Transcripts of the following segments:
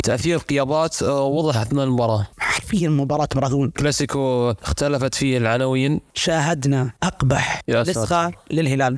تأثير القيادات وضح أثناء المباراة. في المباراة ماراثون كلاسيكو اختلفت فيه العناوين. شاهدنا أقبح نسخة للهلال.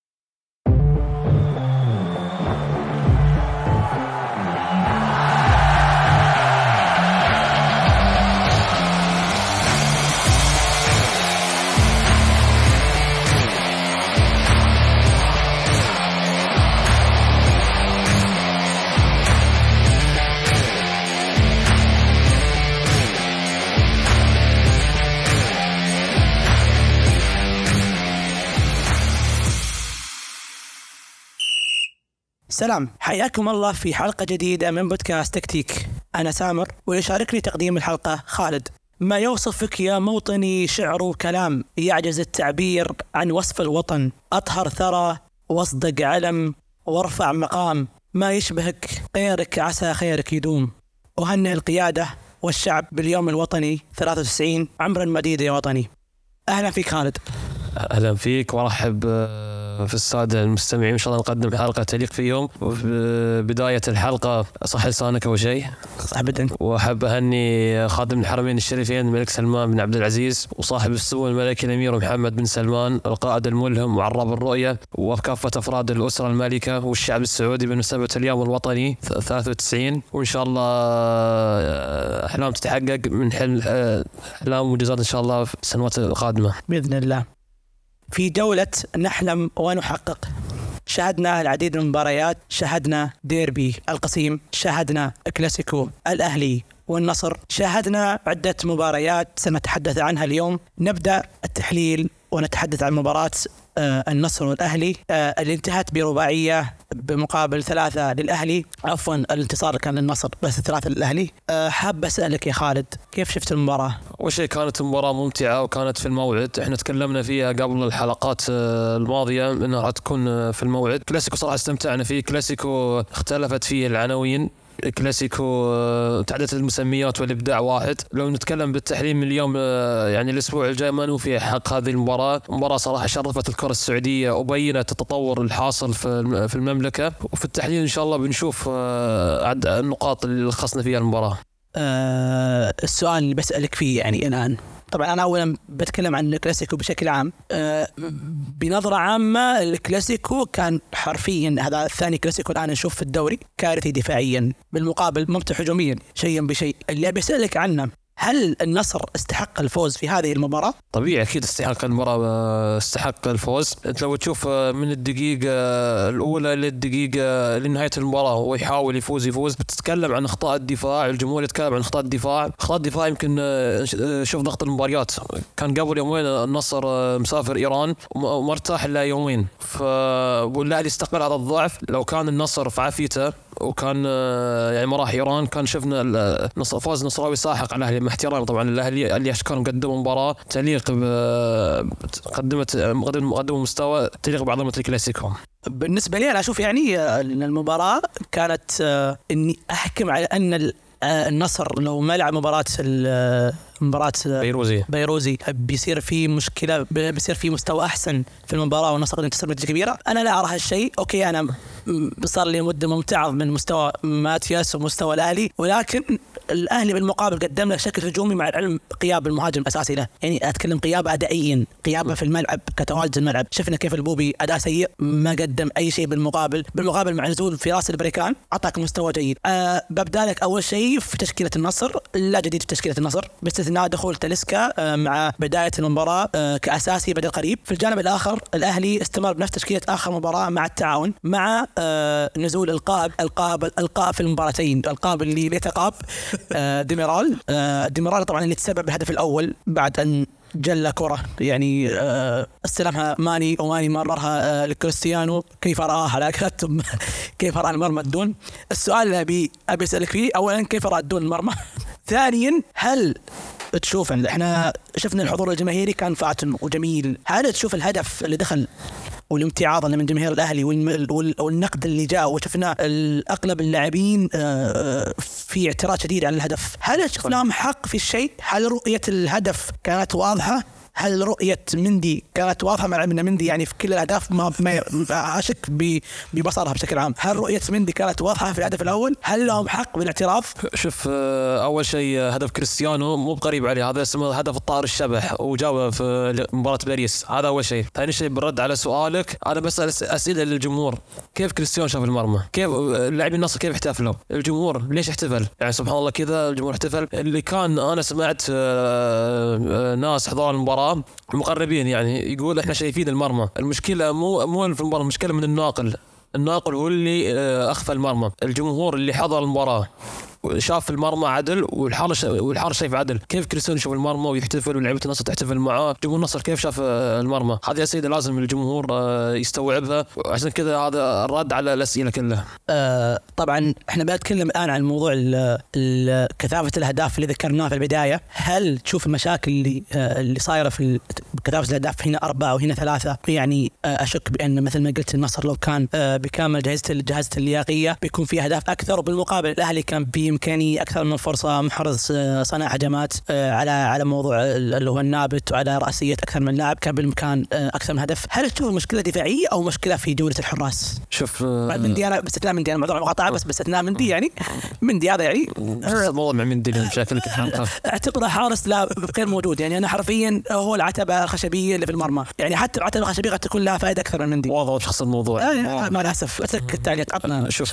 سلام، حياكم الله في حلقة جديدة من بودكاست تكتيك. أنا سامر ويشاركني تقديم الحلقة خالد. ما يوصفك يا موطني شعر وكلام يعجز التعبير عن وصف الوطن. أطهر ثرى واصدق علم وارفع مقام، ما يشبهك غيرك عسى خيرك يدوم. أهنئ القيادة والشعب باليوم الوطني 93. عمر المديد يا وطني. أهلا فيك خالد. أهلا فيك وارحب في السادة المستمعين. إن شاء الله نقدم حلقة تليق فيهم. وفي بداية الحلقة صح لسانك أول شيء أبدا، وأحب أهني خادم الحرمين الشريفين الملك سلمان بن عبد العزيز وصاحب السمو الملكي الأمير محمد بن سلمان القائد الملهم وعراب الرؤية وكافة أفراد الأسرة المالكة والشعب السعودي بمناسبة اليوم الوطني 93. وإن شاء الله أحلام تتحقق من حلم أحلام وجزات إن شاء الله في السنوات القادمة بإذن الله. في جولة نحلم ونحقق شاهدنا العديد من المباريات. شاهدنا ديربي القصيم، شاهدنا كلاسيكو الأهلي والنصر، شاهدنا عدة مباريات سنتحدث عنها اليوم. نبدأ التحليل ونتحدث عن مباراة النصر والأهلي اللي انتهت برباعية بمقابل 3 للأهلي. عفوا الانتصار كان للنصر بس 3 للأهلي. حاب أسألك يا خالد، كيف شفت المباراة؟ أول شيء كانت مباراة ممتعة وكانت في الموعد. احنا تكلمنا فيها قبل الحلقات الماضية انها راح تكون في الموعد. كلاسيكو صراحة استمتعنا فيه. كلاسيكو اختلفت فيه العناوين. كلاسيكو تعددت المسميات والإبداع واحد. لو نتكلم بالتحليل من اليوم يعني الأسبوع الجاي ما نوفي حق هذه المباراة. مباراة صراحة شرفت الكرة السعودية وبينت التطور الحاصل في المملكة. وفي التحليل إن شاء الله بنشوف النقاط اللي خصنا فيها المباراة. السؤال اللي بسألك فيه يعني الآن، طبعا أنا أولا بتكلم عن الكلاسيكو بشكل عام. بنظرة عامة الكلاسيكو كان حرفيا هذا الثاني كلاسيكو الآن نشوف في الدوري كارثي دفاعيا بالمقابل ممتع هجوميا شيئا بشيء. اللي أبي أسألك عنه، هل النصر استحق الفوز في هذه المباراة؟ طبيعي أكيد استحق المباراة، استحق الفوز. أنت لو تشوف من الدقيقة الأولى للدقيقة لنهاية المباراة هو يحاول يفوز. بتتكلم عن أخطاء الدفاع، الجمهور يتكلم عن أخطاء الدفاع. يمكن شوف ضغط المباريات كان قبل يومين النصر مسافر إيران ومرتاح إلا يومين، والأهلي استقبل هذا الضعف. لو كان النصر في عافيته وكان يعني ما راح إيران كان شفنا فوز نصراوي ساحق على الأهلي، مع احترام طبعا الأهلي اللي كانوا قدموا مباراة تليق قدموا مستوى تليق بعظمة الكلاسيكو. بالنسبة لي أنا أشوف يعني أن المباراة كانت إني أحكم على أن النصر لو ما لعب مباراة بيروزي بيصير في مشكلة، بيصير في مستوى أحسن في المباراة والنصر ينتصر بنتيجة كبيرة. أنا لا أرى هالشيء. أوكي أنا صار لي مدة ممتعة من مستوى ماتياس ومستوى الأهلي، ولكن الأهلي بالمقابل قدم له شكل هجومي مع العلم غياب المهاجم الأساسي له. يعني أتكلم غياب أدائيا، غيابه في الملعب كتواجد الملعب. شفنا كيف البوبي أداء سيء ما قدم أي شيء. بالمقابل مع نزول فراس البريكان أعطاك مستوى جيد. ببدأ لك أول شيء في تشكيلة النصر. لا جديد في تشكيلة النصر باستثناء دخول تاليسكا مع بداية المباراة كأساسي بدل قريب. في الجانب الآخر الأهلي استمر بنفس تشكيلة آخر مباراة مع التعاون، مع نزول القاب في المباراتين. القاب اللي ليتقاب ديميرال طبعا اللي تسبب بالهدف الأول بعد أن جل كرة يعني استلمها ماني مررها لكريستيانو. كيف رآها لكن كيف رأى المرمى الدون؟ السؤال اللي أبي أسألك فيه أولا كيف رأى الدون المرمى؟ ثانيا هل تشوف احنا شفنا الحضور الجماهيري كان فاتن وجميل، هل تشوف الهدف اللي دخل والامتعاض من جماهير الأهلي والنقد اللي جاء وشفنا أغلب اللاعبين في اعتراض شديد على الهدف، هل شفناهم حق في الشيء؟ هل رؤية الهدف كانت واضحة؟ هل رؤية مندي كانت واضحة؟ مع أن مندي يعني في كل الأهداف ما أشك ببصرها بشكل عام. هل رؤية مندي كانت واضحة في الهدف الأول؟ هل لهم حق بالاعتراض؟ شوف، أول شيء هدف كريستيانو مو بقريب عليه، هذا اسمه هدف الطائر الشبح وجابه في مباراة باريس، هذا أول شيء. ثاني شيء بالرد على سؤالك، أنا بسأل أسئلة للجمهور، كيف كريستيانو شاف المرمى؟ كيف لاعبي النصر كيف احتفلوا؟ الجمهور ليش احتفل؟ يعني سبحان الله كذا الجمهور احتفل. اللي كان أنا سمعت ناس حضار المباراة المقربين يعني يقول احنا شايفين المرمى. المشكلة مو في المباراة، المشكلة من الناقل هو اللي أخفى المرمى. الجمهور اللي حضر المباراة شاف المرمى عدل والحارس شايف عدل. كيف كريستيانو يشوف المرمى ويحتفل ولعيبة النصر تحتفل معاه؟ جمهور النصر كيف شاف المرمى؟ هذه أسئلة لازم الجمهور يستوعبها، عشان كذا هذا الرد على الأسئلة كلها. طبعا احنا بنتكلم الآن عن موضوع كثافة الأهداف اللي ذكرناه في البداية. هل تشوف المشاكل اللي صايرة في كثافة الأهداف هنا 4 وهنا 3؟ يعني أشك بأن مثل ما قلت النصر لو كان بكامل جهازته اللياقية بيكون في أهداف أكثر، وبالمقابل الأهلي كان بإمكاني أكثر من فرصة، محرز صنع هجمات على موضوع اللي هو النابت وعلى رأسية أكثر من لاعب، كان بالإمكان أكثر من هدف. هل تشوف مشكلة دفاعية أو مشكلة في جودة الحراس؟ شوف، مندي أنا باستثناء مندي، أنا موضوع مقاطعة بس باستثناء مندي، يعني مندي هذا يعني موضوع مع مندي مشاكل اعتبره حارس لا غير موجود. يعني أنا حرفيا هو العتبة الخشبية اللي في المرمى، يعني حتى العتبة الخشبية قد تكون لها فائدة أكثر من مندي. واضح شخص الموضوع. مع الأسف أترك التعليق. عطنا شوف،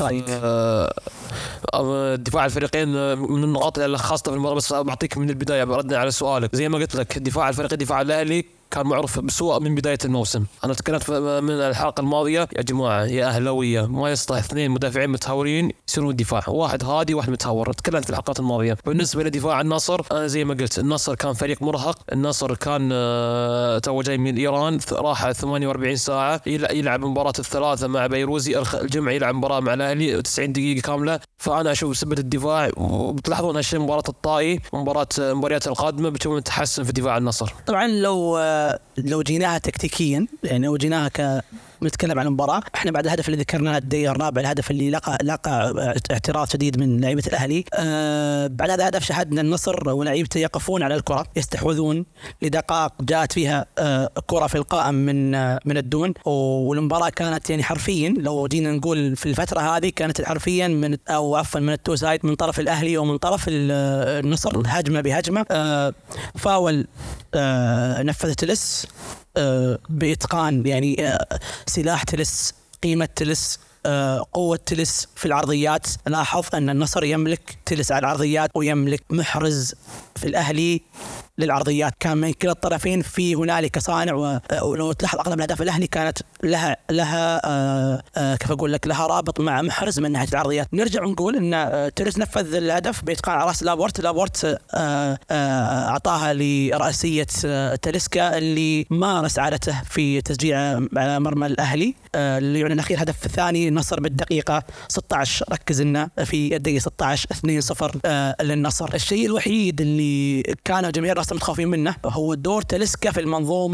دفاع الفريقين من النقاط اللي خاصة في المباراة، بس بعطيك من البداية بردنا على سؤالك. زي ما قلت لك دفاع الفريق دفاع الأهلي كان معروف بسوء من بداية الموسم. أنا تكلمت من الحلقة الماضية يا جماعة يا أهلاوية، ما يصلح 2 مدافعين متهورين يصيرون الدفاع، واحد هادي واحد متهور. تكلمت في الحلقات الماضية. بالنسبة لدفاع النصر، أنا زي ما قلت النصر كان فريق مرهق. النصر كان تو جاي من إيران، راح 48 ساعة يلعب مباراة الثلاثة مع بيروزي، الجمعة يلعب مباراة مع الأهلي 90 دقيقة كاملة. فأنا أشوف سبة الدفاع، وبتلاحظون هالشيء مباراة الطائي مباريات القادمة بتشوفون تحسن في دفاع النصر. طبعا لو جيناها تكتيكيا، يعني لو جيناها نتكلم عن المباراة، احنا بعد الهدف اللي ذكرناه الدقيقة الرابعة، الهدف اللي لقى اعتراض شديد من لعيبة الأهلي. بعد هذا الهدف شاهدنا النصر ولعيبته يقفون على الكرة، يستحوذون لدقائق جاءت فيها كرة في القائم من الدون، والمباراة كانت يعني حرفيا لو جينا نقول في الفترة هذه كانت حرفيا من التو سايد، من طرف الأهلي ومن طرف النصر، هجمة بهجمة. فاول نفذ تلس بإتقان، يعني سلاح تلس، قيمة تلس، قوة تلس في العرضيات. لاحظ أن النصر يملك تلس على العرضيات ويملك محرز في الأهلي للعرضيات، كان من كلا الطرفين في هنالك صانع. ولو تلاحظ أغلب الأهداف الأهلي كانت لها كيف أقول لك، لها رابط مع محرز من ناحية العرضيات. نرجع ونقول أن تيرس نفذ الهدف بإتقان على رأس لابورت أعطاها لرأسية تاليسكا اللي مارس عادته في تشجيع على مرمى الأهلي، اللي يعني الأخير هدف الثاني النصر بالدقيقة 16. ركز لنا في الدقيقة 16 2-0 للنصر. الشيء الوحيد اللي كان جميع الناس متخافين منه هو دور تاليسكا في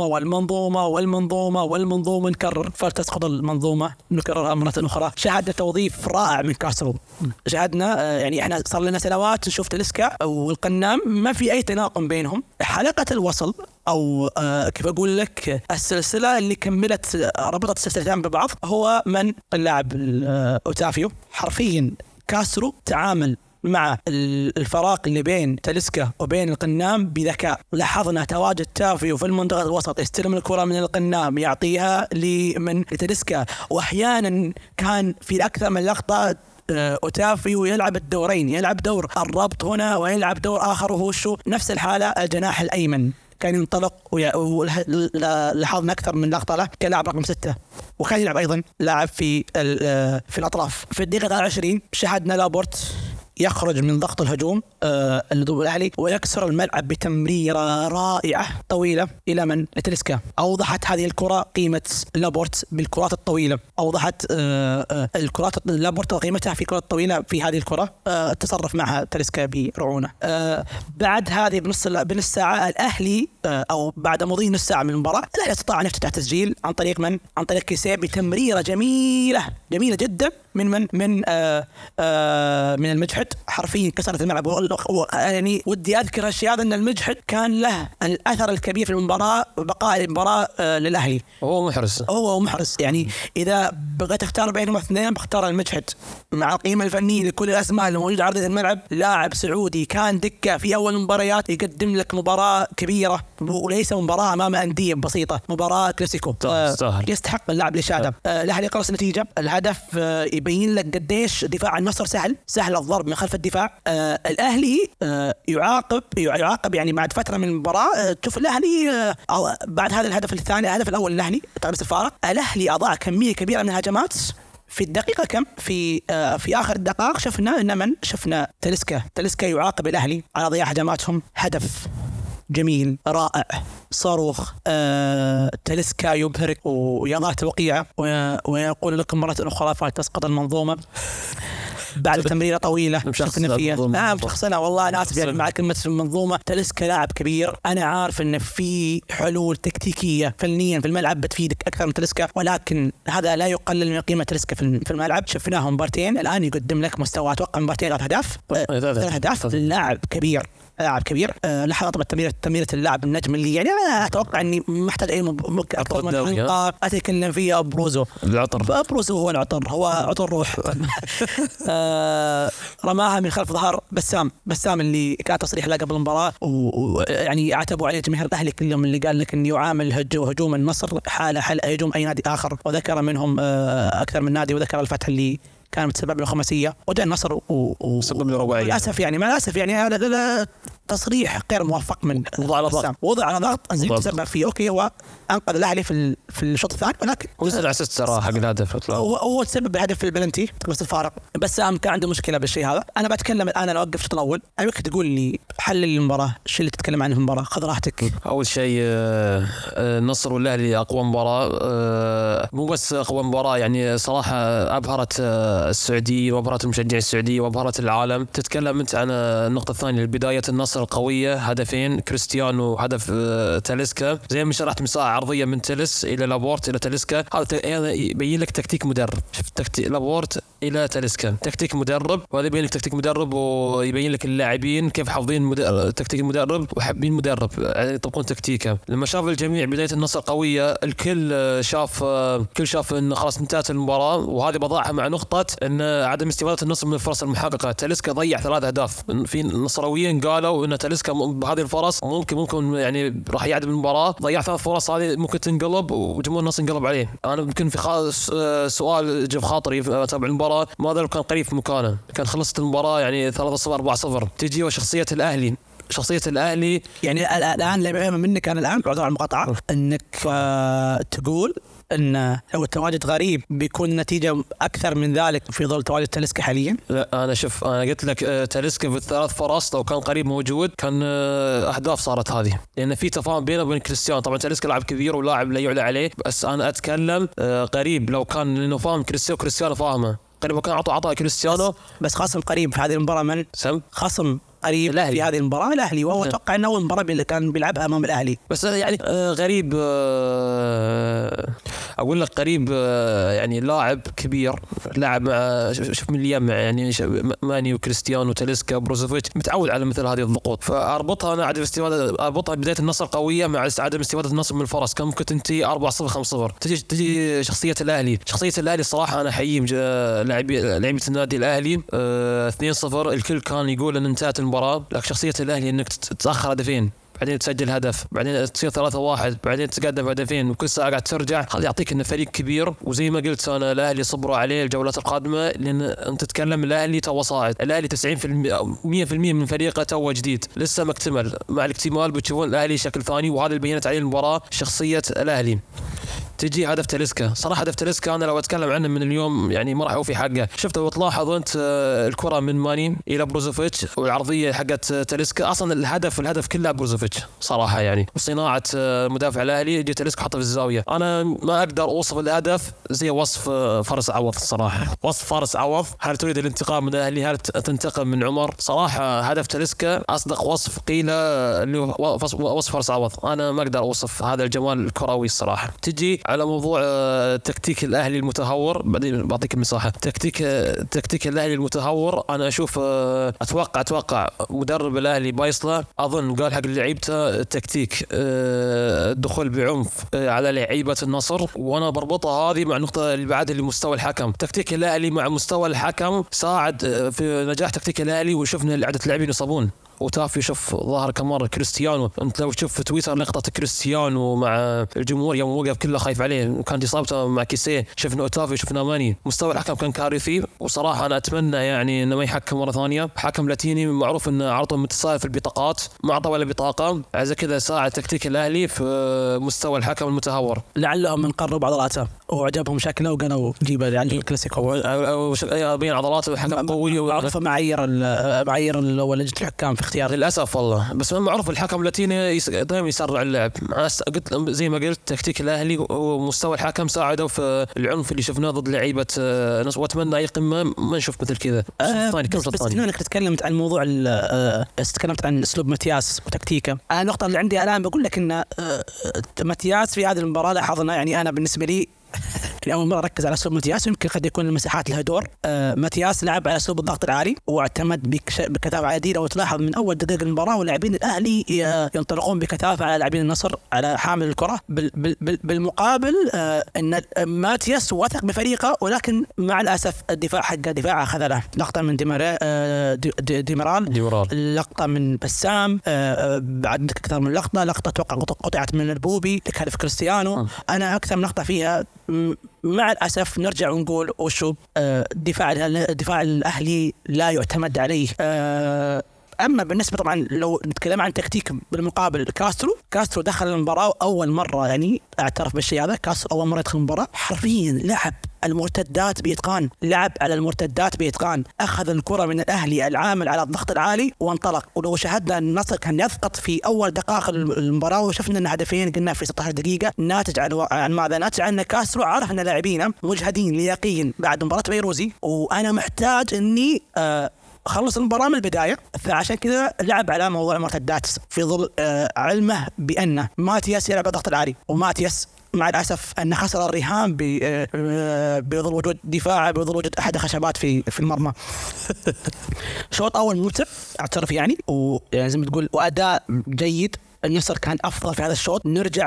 المنظومة نكرر، فلتسقط المنظومة نكررها مرة أخرى. شاهدنا توظيف رائع من كاسرو، شاهدنا يعني احنا صار لنا سنوات نشوف تاليسكا والقنام ما في أي تناقم بينهم. حلقة الوصل أو كيف أقول لك السلسلة اللي كملت ربطت السلسلتين ببعض هو من اللاعب أوتافيو. حرفيا كاسرو تعامل مع الفراق اللي بين تاليسكا وبين القنام بذكاء. لاحظنا تواجد تافيو في المنطقة الوسط، يستلم الكرة من القنام يعطيها لمن تاليسكا، وأحيانا كان في أكثر من لقطة أوتافيو يلعب الدورين، يلعب دور الربط هنا ويلعب دور آخر، وهو نفس الحالة الجناح الأيمن كان ينطلق، ولاحظنا أكثر من لقطة له كلاعب رقم 6، وكان يلعب أيضا لاعب في الأطراف. في الدقيقة 20 شاهدنا لابورت يخرج من ضغط الهجوم اللي ضد الأهلي ويكسر الملعب بتمريرة رائعة طويلة إلى من؟ لتاليسكا. أوضحت هذه الكرة قيمة لابورت بالكرات الطويلة، أوضحت الكرات لابورت قيمتها في الكرات الطويلة. في هذه الكرة تصرف معها تاليسكا برعونة. بعد هذه بنص ساعة الأهلي أو بعد مضي نص ساعة من المباراة الأهلي استطاع أن يفتتح تسجيل عن طريق من؟ عن طريق كيسيه بتمريرة جميلة جدا من المجحد المجحد حرفيا كسرت الملعب. يعني ودي اذكر الشيء هذا ان المجحد كان له الاثر الكبير في المباراه، بقاء المباراه للاهلي. هو محرز يعني اذا بغيت اختار بينهم اثنين بختار المجحد مع القيمه الفنيه لكل الاسماء اللي موجوده على ارض الملعب. لاعب سعودي كان دكه في اول المباريات يقدم لك مباراه كبيره وليس مباراه امام انديه بسيطه، مباراه كلاسيكو يستحق اللاعب الاشاده. الاهلي قرص النتيجه. الهدف يبين لك قديش دفاع النصر سهل الضرب من خلف الدفاع. الاهلي يعاقب يعني بعد فتره من المباراه. تشوف الاهلي بعد هذا الهدف الثاني، الهدف الاول الاهلي تقريبا الفارق، الاهلي اضاع كميه كبيره من الهجمات في الدقيقة كم في آخر الدقائق شفنا تلسكا يعاقب الأهلي على ضياع هجماتهم. هدف جميل رائع صاروخ. تلسكا يبهرك ويضع توقيعه ويقول لكم مرة أخرى فتسقط المنظومة بعد تمريرة طويلة. شفنا فيها شخصنا والله أنا آسف يعني مع كلمة المنظومة. تلسكا لاعب كبير، أنا عارف إن في حلول تكتيكية فنيا في الملعب بتفيدك أكثر من تلسكا، ولكن هذا لا يقلل من قيمة تلسكا في الملعب. شفناه مبارتين الآن يقدم لك مستوى. أتوقع مبارتين 3 أهداف. لاعب كبير. لحظة طبعا تمريرة اللاعب النجم اللي يعني أنا أتوقع إني محتاج أي أكثر من حلقة أتكلم فيها. بروزو هو العطر، هو عطر روح. رماها من خلف ظهر بسام اللي كان تصريح له قبل المباراة، ويعني عاتبوا عليه جماهير الأهلي كلهم اللي قال لك إنه يعامل هجوم النصر حال هجوم أي نادي آخر، وذكر منهم أكثر من نادي، وذكر الفتح اللي كان متسبب له خماسية وجاء النصر وسبب له رباعية. للأسف يعني هذا تصريح غير موفق من وضع على ضغط تسبب فيه. أوكي هو أنقذ الأهلي في الشوط الثاني، ولكن ولسه أسست صراحة حق الهدف هو تسبب بهدف في البلنتي بس الفارق. بسام كان عنده مشكلة بالشيء هذا. أنا بتكلم الآن، أنا أوقف الشوط الأول. أبيك تقول لي حل المباراة، الشيء اللي تتكلم عنه في المباراة، خذ راحتك. أول شيء النصر والأهلي أقوى مباراة، مو بس أقوى مباراة يعني صراحة أبهرت السعودية وأبهرت المشجعين السعودية وأبهرت العالم. تتكلم أنت عن النقطة الثانية، بداية النصر القوية، هدفين كريستيانو هدف تلسكا، زي ما شرحت مساحة عرضية من تلس إلى لابورت إلى تلسكا. هذا يبين لك تكتيك مدرب. شفت تكتيك لابورت إلى تلسكا، تكتيك مدرب، وهذا يبين لك تكتيك مدرب، ويبين لك اللاعبين كيف حافظين تكتيك المدرب وحابين مدرب يعني يطبقون تكتيكه. لما شاف الجميع بداية النصر قوية، الكل شاف إن خلاص انتهت المباراة، وهذه بضاعها مع نقطة إن عدم استفادة النصر من الفرص المحققة. تلسكا ضيع 3 أهداف. في نصراويين قالوا إن تلسكا بهذه الفرص ممكن يعني راح يعدم المباراة. ضيع 3 فرص هذه ممكن تنقلب وجمهور النصر انقلب عليه. أنا يمكن في سؤال جف خاطري تابع المباراة، ماذا لو كان قريب في مكانه، كان خلصت المباراة يعني 3-0 4-0. تجي وشخصية الأهلي يعني الآن اللي منك أنا الآن بعد عن المقاطعة انك تقول ان لو التواجد غريب بيكون نتيجة اكثر من ذلك في ظل تواجد تلسكا حاليا. لا انا قلت لك تلسكا في ال3 فرص لو كان قريب موجود كان اهداف صارت هذه، لان في تفاهم بينه وبين كريستيانو. طبعا تلسكا لاعب كبير ولاعب لا يعلى عليه، بس انا اتكلم قريب لو كان، لانه فاهم كريستيانو فاهمه قريب، كان عطى كريستيانو. بس خصم قريب في هذه المباراة من خصم قريب الأهلي. في هذه المباراة الأهلي، وهو أتوقع أنه أول مباراة اللي كان بيلعبها أمام الأهلي. بس يعني غريب، أقول لك قريب يعني لاعب كبير، لاعب شوف من اليوم يعني ماني وكريستيانو وتلسكا بروزوفيتش، متعود على مثل هذه الضغوط. فأربطها أنا أربطها بداية النصر قوية مع عدم استفادة النصر من الفرص. كان ممكن تنتهي 4-0 5-0. تجي شخصية الأهلي صراحة أنا أحييهم لاعبية النادي الأهلي. 2-0 الكل كان يقول أن انتهت المباراة، لكن شخصية الأهلي أنك تتأخر هدفين بعدين تسجل هدف بعدين تصير 3-1 بعدين تتقدم هدفين وكل ساعة قاعد ترجع، هذا يعطيك إنه فريق كبير. وزي ما قلت أنا الأهلي صبروا عليه الجولات القادمة، لأن أنت تتكلم الأهلي تو صاعد، الأهلي 90% 100% من فريقه تو جديد لسه ما اكتمل. مع الاكتمال بتشوفون الأهلي شكل ثاني، وهذا اللي بينت عليه المباراة شخصية الأهلي. تجي هدف تلسكا، صراحة هدف تلسكا أنا لو أتكلم عنه من اليوم يعني ما راح أوفي حقه. شفته وتلاحظ أنت الكرة من ماني إلى بروزوفيتش والعرضية حقت تلسكا، أصلا الهدف كله بروزوفيتش صراحة يعني، وصناعة مدافع الأهلي يجي تلسكا حطه في الزاوية. أنا ما أقدر أوصف الهدف زي وصف فارس عوض الصراحة. وصف فارس عوض، هل تريد الانتقام من الأهلي، هل تنتقم من عمر؟ صراحة هدف تلسكا أصدق وصف قيل اللي وصف فارس عوض. أنا ما أقدر أوصف هذا الجمال الكروي الصراحة. تجي على موضوع تكتيك الاهلي المتهور، بعدين بعطيك المساحه. تكتيك الاهلي المتهور، انا اشوف اتوقع مدرب الاهلي بايصله اظن قال حق لعيبته تكتيك الدخول بعنف على لعيبه النصر، وانا بربطها هذه مع النقطه اللي بعدها لمستوى الحكم. تكتيك الاهلي مع مستوى الحكم ساعد في نجاح تكتيك الاهلي، وشفنا عدد لاعبين يصابون وتافي. شوف ظهر كمرة كريستيانو، انت لو تشوف في تويتر لقطة كريستيانو مع الجمهور يوم وقف كله خايف عليه، وكانت اصابته مع كيسيه. شفنا اوتافي، شفنا ماني. مستوى الحكم كان كارثي، وصراحة انا اتمنى يعني انه ما يحكم مرة ثانية. حكم لاتيني معروف انه عرضه متساهل في البطاقات، ما اعطى ولا بطاقة. عزة كذا ساعد تكتيك الاهلي في مستوى الحكم المتهور. لعلهم انقروا عضلاته وعجبهم شكله وقالوا جيبه يعني الكلاسيكو بين عضلاته حكم قوي وعرف معايير لجنة الحكام في اختيار. للاسف والله، بس معروف الحكم اللاتيني دائما يسرع اللعب. قلت زي ما قلت تكتيك الاهلي ومستوى الحكم ساعدوا في العنف اللي شفناه ضد لعيبه نصر، واتمنى اي قمه ما نشوف مثل كذا. بس انك تكلمت عن موضوع تكلمت عن اسلوب ماتياس وتكتيكه. انا النقطه اللي عندي الان بقول لك ان ماتياس في هذه المباراه لاحظنا، يعني انا بالنسبه لي لأول مرة ركز على أسلوب ماتياس، يمكن قد يكون المساحات لها دور. ماتياس لعب على أسلوب الضغط العالي واعتمد بكثافة عديدة، وتلاحظ من أول دقائق المباراة ولاعبين الأهلي ينطلقون بكثافة على لاعبين النصر على حامل الكرة. بالمقابل أن ماتياس وثق بفريقه، ولكن مع الأسف الدفاع حقه دفاع خذله. لقطة من ديمرال، لقطة من بسام، بعد أكثر من لقطة توقع قطعت من البوبي لهدف كريستيانو. أنا أكثر من لقطة فيها مع الأسف نرجع ونقول وشو دفاع الأهلي لا يعتمد عليه. أما بالنسبة طبعا لو نتكلم عن تكتيك بالمقابل، كاسترو دخل المباراة أول مرة، يعني أعترف بالشيء هذا. كاسترو أول مرة يدخل المباراة حرفيا لعب المرتدات بإتقان، أخذ الكرة من الأهلي العامل على الضغط العالي وانطلق. ولو شاهدنا النصر كان يسقط في أول دقائق المباراة، وشفنا أن هدفين قلنا في 16 دقيقة، ناتج عن ماذا؟ ناتج عن كاسترو عرف أن لاعبينه مجهدين ليقين بعد مباراة بيروزي، وأنا محتاج أني خلص المباراة من البداية. فعشان كذا لعب على موضوع المرتدات في ظل علمه بأن ماتياس يلعب الضغط العالي، وماتياس مع الأسف أن خسر الرهان بظل وجود دفاع، بظل وجود أحد خشبات في المرمى. شوط أول ممتع أعترف يعني، ويعني زي ما تقول وأداء جيد. النصر كان أفضل في هذا الشوط. نرجع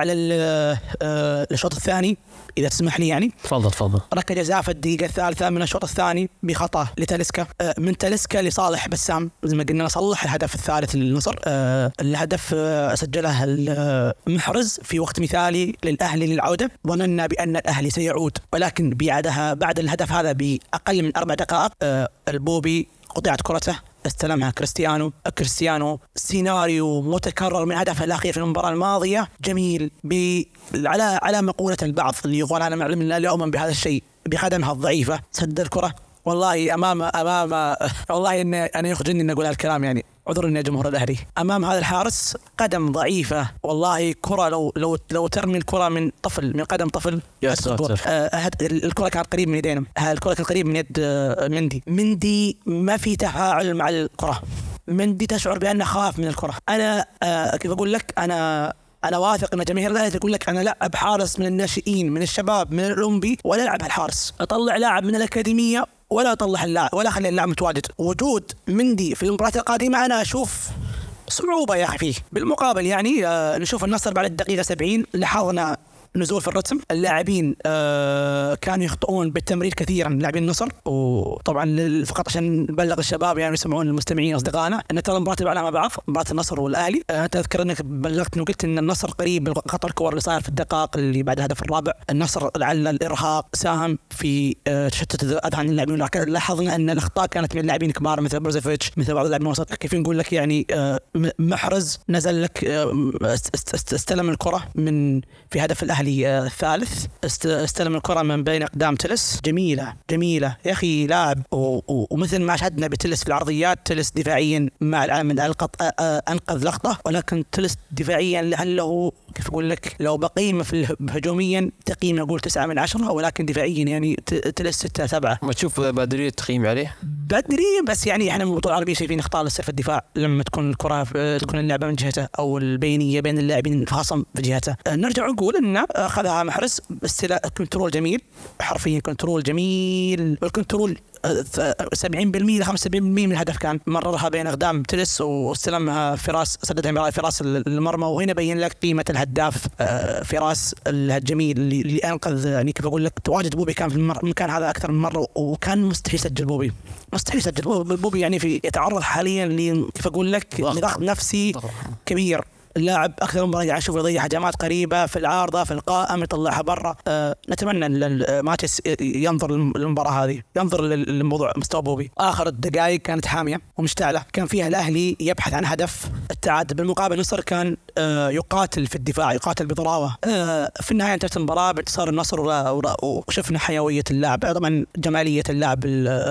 للشوط الثاني إذا تسمح لي يعني. تفضل. ركله جزاء في الدقيقة الثالثة من الشوط الثاني بخطأ لتاليسكا، من تاليسكا لصالح بسام، زي ما قلنا صلح الهدف الثالث للنصر. الهدف سجله محرز في وقت مثالي للأهلي للعودة. ظننا بأن الأهلي سيعود، ولكن بعد الهدف هذا بأقل من 4 دقائق البوبي قطعت كرته، استلمها كريستيانو. سيناريو متكرر من هدفه الأخير في المباراة الماضية، جميل على مقولة البعض اللي يقول أنا معلم لا أؤمن بهذا الشيء، بقدمها الضعيفة سد الكرة. والله أمام والله إن أنا يخجلني إن أقول هالكلام، يعني عذرني يا جمهور الأهلي. أمام هذا الحارس قدم ضعيفة، والله كرة لو ترمي الكرة من قدم طفل يا ساتر. الكرة كانت قريب من يدينا، الكرة كانت قريب من يد مندي ما في تفاعل مع الكرة. مندي تشعر بأنه خاف من الكرة. أنا كيف أقول لك، أنا واثق أن جماهير الأهلي تقول لك أنا لاعب حارس من الناشئين من الشباب من الأولمبي، ولا ألعب هالحارس، أطلع لاعب من الأكاديمية ولا أطلع اللاعب ولا أخلي اللاعب متواجد. وجود مندي في المباراة القادمة أنا أشوف صعوبة يا أخي فيه. بالمقابل يعني نشوف النصر بعد الدقيقة 70 لاحظنا نزول في الرتم. اللاعبين كانوا يخطئون بالتمرير كثيرا لاعبين النصر. وطبعا فقط عشان نبلغ الشباب يعني يسمعون المستمعين اصدقائنا ان ترى المباراه تبع مع بعض، مباراه النصر والاهلي. تذكر انك بلغتني وقلت ان النصر قريب من خطر الكور اللي صار في الدقائق اللي بعد الهدف الرابع. النصر لعل الارهاق ساهم في تشتت اذهان اللاعبين. لاحظنا ان الاخطاء كانت من اللاعبين الكبار مثل بروزوفيتش، مثل بعض اللاعبين الوسط. كيف نقول لك يعني محرز نزل لك استلم الكره من في هدف الاهلي الثالث، استلم الكرة من بين أقدام تلس. جميلة يا أخي لاعب. ومثل ما شهدنا بتلس في العرضيات، تلس دفاعيا مع العالم أنقذ لقطة، ولكن تلس دفاعيا لعله كيف أقول لك، لو بقيمة في هجوميا تقييم أقول 9 من 10، ولكن دفاعيا يعني تلس 6 7. ما تشوف بدري تقييم عليه بدري، بس يعني احنا من البطوله العربيه شايفين اخطاء لسه في الدفاع لما تكون الكره تكون اللعبه من جهته او البينيه بين اللاعبين خاصه في جهته. نرجع نقول انه اخذها محرز باستيلاء كنترول جميل، حرفيا كنترول جميل، والكنترول 70% ل 75% من الهدف كان مررها بين اقدام تلس واستلمها فراس، سددها من فراس المرمى. وهنا بين لك قيمه الهداف فراس الجميل اللي انقذ، يعني كيف اقول لك، تواجد بوبي كان في المكان هذا اكثر من مره، وكان مستحيل يسجل بوبي، مستحيل يسجل بوبي. يعني في يتعرض حاليا كيف اقول لك لضغط نفسي كبير. اللاعب اكثر من مره قاعد اشوفه يضيع هجمات قريبه في العارضه في القائم يطلعها برا. نتمنى ان ماتش ينظر للمباراه هذه، ينظر للموضوع مستوى بوبي. اخر الدقائق كانت حاميه ومشتعله، كان فيها الاهلي يبحث عن هدف التعادل، بالمقابل نصر كان يقاتل في الدفاع، يقاتل بضراوه. في النهايه انتهت المباراه بانتصار النصر، وشفنا حيويه اللاعب، طبعا جماليه اللاعب.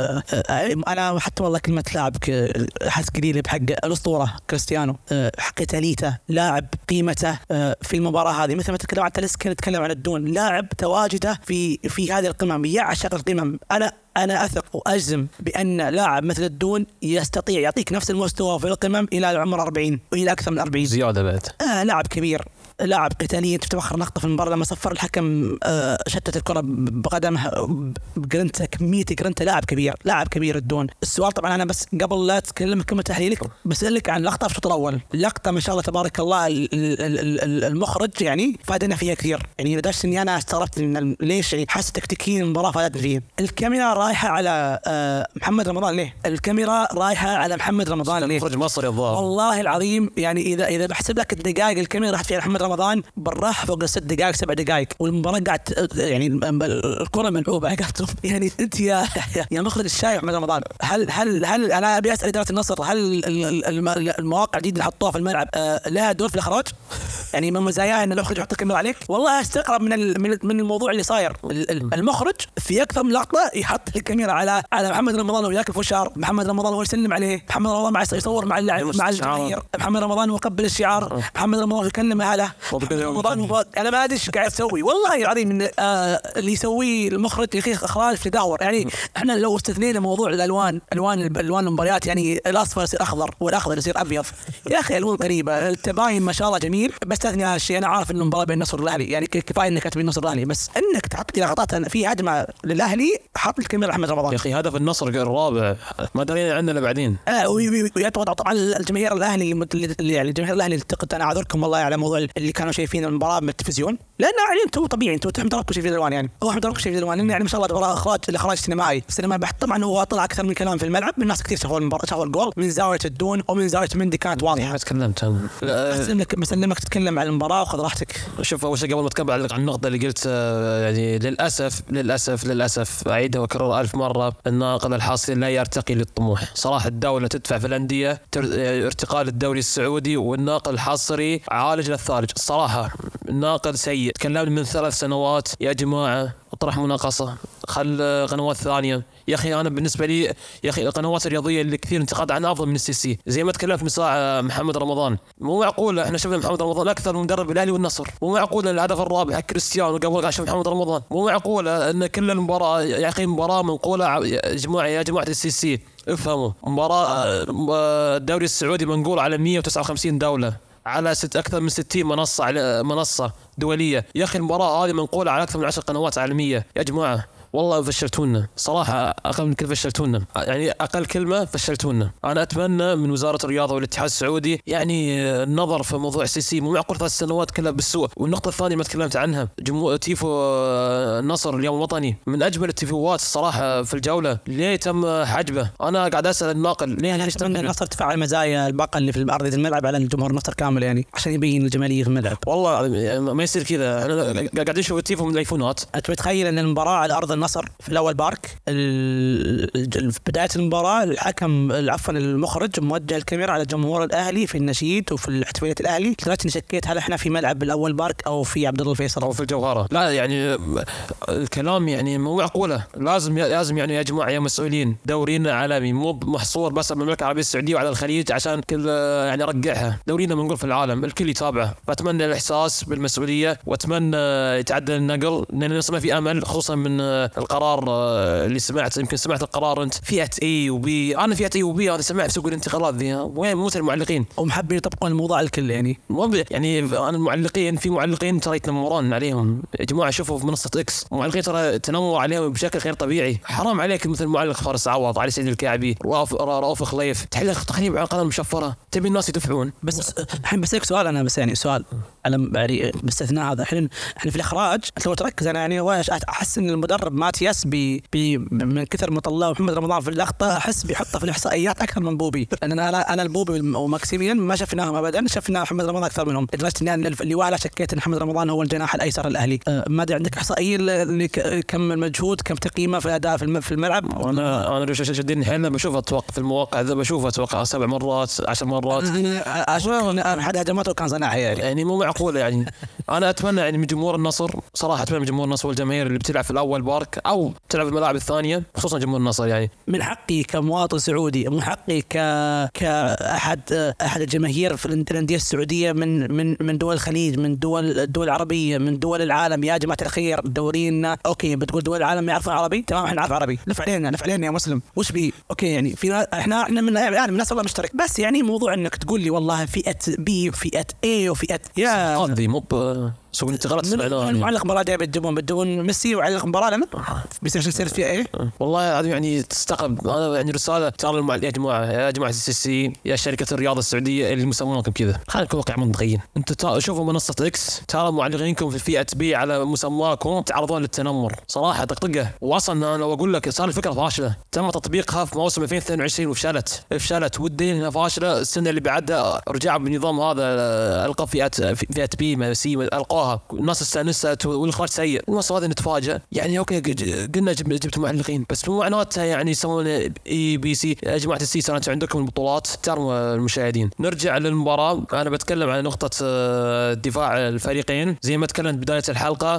انا حتى والله كلمه لاعب احس قليله بحق الاسطوره كريستيانو، حق تاليته، لاعب قيمته في المباراة هذه. مثل ما تكلم عن تاليسكا نتكلم عن الدون، لاعب تواجده في هذه القمم، يعشق القمم. أنا أثق وأجزم بأن لاعب مثل الدون يستطيع يعطيك نفس المستوى في القمم إلى العمر 40 وإلى أكثر من 40 زيادة بعد. لاعب كبير، لاعب قتالي. تتبخر نقطة في المباراة لما صفر الحكم شتت الكرة بقدمه بجرنته، كمية جرنته. لاعب كبير، لاعب كبير الدون. السؤال طبعا أنا بس قبل لا أتكلم كلمة تحليلك بسألك عن لقطة في الشوط الأول، لقطة ما شاء الله تبارك الله المخرج يعني فادنا فيها كثير. يعني لدرجة إني أنا استغربت من ليش يعني حاسس تكتيكيا المباراة فادتنا فيها. الكاميرا رايحة على محمد رمضان، ليه؟ الكاميرا رايحة على محمد رمضان ليه؟ مخرج مصري الظاهر. والله العظيم يعني إذا بحسب لك الدقائق الكاميرا راحت فيها محمد رمضان بالراحة فوق 6 دقائق 7 دقائق، والمباراة قاعد يعني الكرة ملعوبة يعني أنت يا مخرج الشاي محمد رمضان، هل أنا أبي أسأل إدارة النصر، هل المواقع الجديدة اللي حطوها في الملعب لها دور في الإخراج؟ يعني من مزاياها إن المخرج يحط الكاميرا عليك. والله أستغرب من الموضوع اللي صاير. المخرج في أكثر من لقطة يحط الكاميرا على محمد رمضان وياكل فشار، محمد رمضان ويسلم عليه، محمد رمضان يصور مع اللاعب مع الجماهير، محمد رمضان ويقبل الشعار، محمد رمضان يكلم أهله، رمضان انا ما ادري ايش قاعد اسوي. والله العظيم من اللي يسويه المخرج يا اخي اخراج في داور. يعني احنا لو استثنينا موضوع الالوان المباريات، يعني الاصفر يصير اخضر والاخضر يصير ابيض، يا اخي الوان غريبه، التباين ما شاء الله جميل. بستثني هذا الشيء، انا عارف انه مباراه بين النصر والاهلي، يعني كفايه انك كاتب النصر والاهلي، بس انك تحط لي لقطات في هجمه للاهلي حط الكاميرا احمد رمضان. يا اخي هدف النصر الرابع ما درينا عنه بعدين. ويتوقع طبعا الجماهير الاهلي يعني الجماهير الاهلي التقط، انا اعذركم والله على موضوع اللي كانوا شايفين المباراه من التلفزيون، لان يعني انتم طبيعي انتم تحمد ربكم شيء في الالوان، يعني هو احمد ربكم شيء في الالوان، لان يعني ما شاء الله الاخراج سينمائي بحت. طبعا هو طلع اكثر من كلام في الملعب، الناس كثير شافوا المباراه، شافوا الجول من زاويه الدون ومن زاويه مندي كانت واضحه. ما تكلمت مسلمك تتكلم عن المباراه وخذ راحتك. شوف اول شيء قبل ما اتكلم عن النقطه اللي قلت، يعني للاسف اعيدها واكررها 1000 مره، الناقل الحاصل لا يرتقي للطموح. صراحه الدوله تدفع في الانديه ارتقاء للدوري السعودي، والناقل الحصري عالج للثالج. الصراحه الناقل سيء. تكلمنا من 3 سنوات يا جماعه، اطرح مناقصه، خل قنوات ثانيه. يا اخي انا بالنسبه لي يا اخي القنوات الرياضيه اللي كثير انتقاد عنها افضل من السي سي. زي ما تكلمت من ساعه محمد رمضان، مو معقول احنا شفنا محمد رمضان اكثر من مدرب الاهلي والنصر، مو معقول الهدف الرابع كريستيانو قبل قاعد شوف محمد رمضان، مو معقول ان كل المباراه يا اخي مباراه منقوله. يا جماعه السي سي افهموا، مباراه الدوري السعودي منقول على 159 دوله، على أكثر من 60 منصة دولية. يا أخي المباراة هذه منقولة على أكثر من 10 قنوات عالمية. يا جماعة والله فشلتونا صراحة، أقل من كلمة فشلتونا، يعني أقل كلمة فشلتونا. أنا أتمنى من وزارة الرياضة والاتحاد السعودي يعني النظر في موضوع سي سي، مو معقول 3 سنوات كلها بالسوء. والنقطة الثانية ما تكلمت عنها، تيفو النصر اليوم الوطني من أجمل التيفوات الصراحة في الجولة، ليه تم حجبه؟ أنا قاعد أسأل الناقل ليه النصر تفعل مزايا الباقة اللي في أرضية الملعب على الجمهور النصر كامل، يعني عشان يبين الجمالية في الملعب. والله ما يصير كذا، احنا قاعدين نشوف التيفو من الايفونات. أنت متخيل أن المباراة على أرض النصر في الأول بارك. بداية المباراة الحكم عفوا المخرج موجه الكاميرا على جمهور الأهلي في النشيد وفي الاحتفالية الأهلي، لدرجة إني شكيت هل إحنا في ملعب الأول بارك أو في عبد الله الفيصل أو في الجوهرة. لا يعني الكلام يعني مو معقولة، لازم يعني يا جماعة يا مسؤولين، دورينا عالمي مو محصور بس بالمملكة العربية السعودية وعلى الخليج عشان كل يعني رجعها، دورينا بنقول في العالم الكل يتابعه. فأتمنى الإحساس بالمسؤولية وأتمنى يتعدل النقل، لأن ما في أمل خصوصا من القرار اللي سمعت. يمكن سمعت القرار أنت فئة A وبي، أنا فئة A وبي، أنا سمعت في سوق الانتقالات ذي وين موت المعلقين ومحبين يطبقون الموضوع الكل يعني أنا المعلقين في معلقين ترى يتنمرون عليهم يا جماعة. شوفوا في منصة إكس معلقين ترى تنمر عليهم بشكل غير طبيعي، حرام عليك. مثل معلق فارس عوض، علي سعيد الكعبي، رؤوف خليف، تحليل على القناة المشفرة، تبي الناس يدفعون. بس الحين بسألك سؤال أنا، بس يعني سؤال أنا يعني باستثناء هذا، الحين احنا في الإخراج لو تركز أنا يعني أحس إن المدرب ماتياس من كثر ما طلع محمد رمضان في اللقطة أحس بيحطه في الإحصائيات أكثر من بوبي، لأن أنا البوبي وماكسيميان ما شفناهم أبدا، شفنا محمد رمضان أكثر منهم، لدرجة إن اللواء لا شكيت إن محمد رمضان هو الجناح الأيسر الأهلي. ما أدري عندك إحصائية اللي كم المجهود كم تقييمه في الأداء في الملعب؟ أنا شدني حيل بشوفه أتوقع في المواقع ذا، بشوفه أتوقع 7 مرات 10 مرات. أنا أشوف إن أحد هجماته كان صناعة يعني مو معقولة يعني. أنا أتمنى يعني من جمهور النصر صراحة، أتمنى من جمهور النصر والجماهير اللي بتلعب في الأول بارك أو تلعب في الملاعب الثانية، خصوصا جمهور النصر يعني من حقي كمواطن سعودي، من حقي كأحد الجماهير في الأندية السعودية من دول الخليج، من الدول العربية، من دول العالم، يا جماعة الخير دورينا. أوكي بتقول دول العالم ما يعرفون عربي، تمام احنا نعرف عربي، لف علينا يا مسلم، وش بي أوكي يعني في احنا من يعني الناس والله مشترك، بس يعني موضوع إنك تقول لي والله فئة بي وفئة A وفئة يا هذه مو سوق الانتقالات معلق مباراة بدون ميسي وعلق مباراة لنا بيصير فيها ايه؟ والله هذا يعني تستقب. هذا يعني رسالة ترى يا جماعة السيسي، يا شركة الرياضة السعودية اللي مسمونكم كذا، خلينا نكون واقع منطقيين. انتوا شوفوا منصة اكس، ترى معلقينكم في فئة بي على مسماكم تعرضون للتنمر صراحة طقطقة. واصلا انا اقول لك صار الفكرة فاشلة، تم تطبيقها في موسم 2022 وفشلت والدليل انها فاشلة. السنة اللي بعدها رجعوا بنظام هذا، القى فئة بي ما سي القاها، الناس استانست والاخراج سيء. المصر هذا نتفاجئ يعني اوكي قلنا جبت معلقين، بس مو معناته يعني يسوون اي بي سي. يا جماعه السي ترى انتم عندكم البطولات ترموا المشاهدين. نرجع للمباراه، انا بتكلم عن نقطه دفاع الفريقين زي ما تكلمت بدايه الحلقه.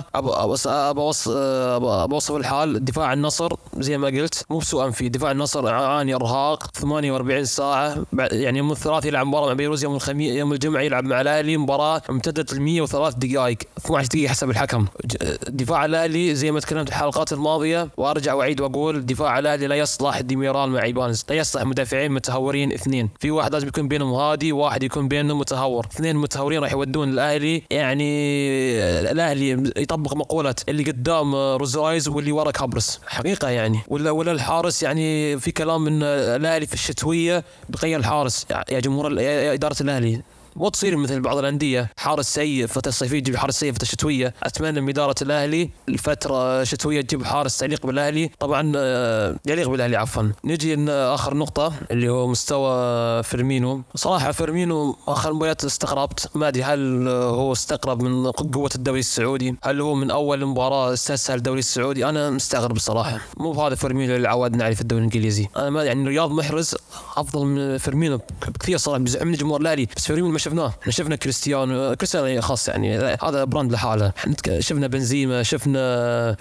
أوصف الحال. دفاع النصر زي ما قلت مو بسوء في دفاع النصر، عاني ارهاق 48 ساعه يعني يوم الثلاثاء يلعب مباراه مع بيروز، يوم الجمعه يلعب مع الاهلي مباراه امتدت 103 دقائق 12 دقيقة حسب الحكم. دفاع الأهلي زي ما تكلمت الحلقات الماضية وارجع واعيد واقول، دفاع الأهلي لا يصلح ديميرال مع ايبانز، لا يصلح مدافعين متهورين اثنين، في واحد لازم يكون بينهم هادي، واحد يكون بينهم متهور. اثنين متهورين راح يودون الأهلي يعني الأهلي يطبق مقولة اللي قدام روزرايز واللي ورا كابرس حقيقة يعني. ولا الحارس يعني في كلام من الأهلي في الشتوية بغير الحارس. يا جمهور يا إدارة الأهلي مو تصير مثل بعض الأندية حارس سيء فترة الصيفية تجيب حارس سيء فترة الشتوية. أتمنى من إدارة الأهلي الفترة الشتوية تجيب حارس يليق بالأهلي، طبعا يليق بالأهلي عفوا. نجي آخر نقطة اللي هو مستوى فيرمينو. صراحة فيرمينو آخر مباريات استغربت، ما أدري هل هو استغرب من قوة الدوري السعودي، هل هو من أول مباراة استسهل الدوري السعودي. أنا مستغرب الصراحة، مو بهذا فيرمينو اللي عودنا عليه في الدوري الإنجليزي. أنا ما يعني رياض محرز أفضل من فيرمينو بكثير صراحة، بيزعمني جمهور الأهلي، بس فيرمينو ما شفناه. احنا شفنا كريستيانو خاص يعني هذا براند لحاله. شفنا بنزيما، شفنا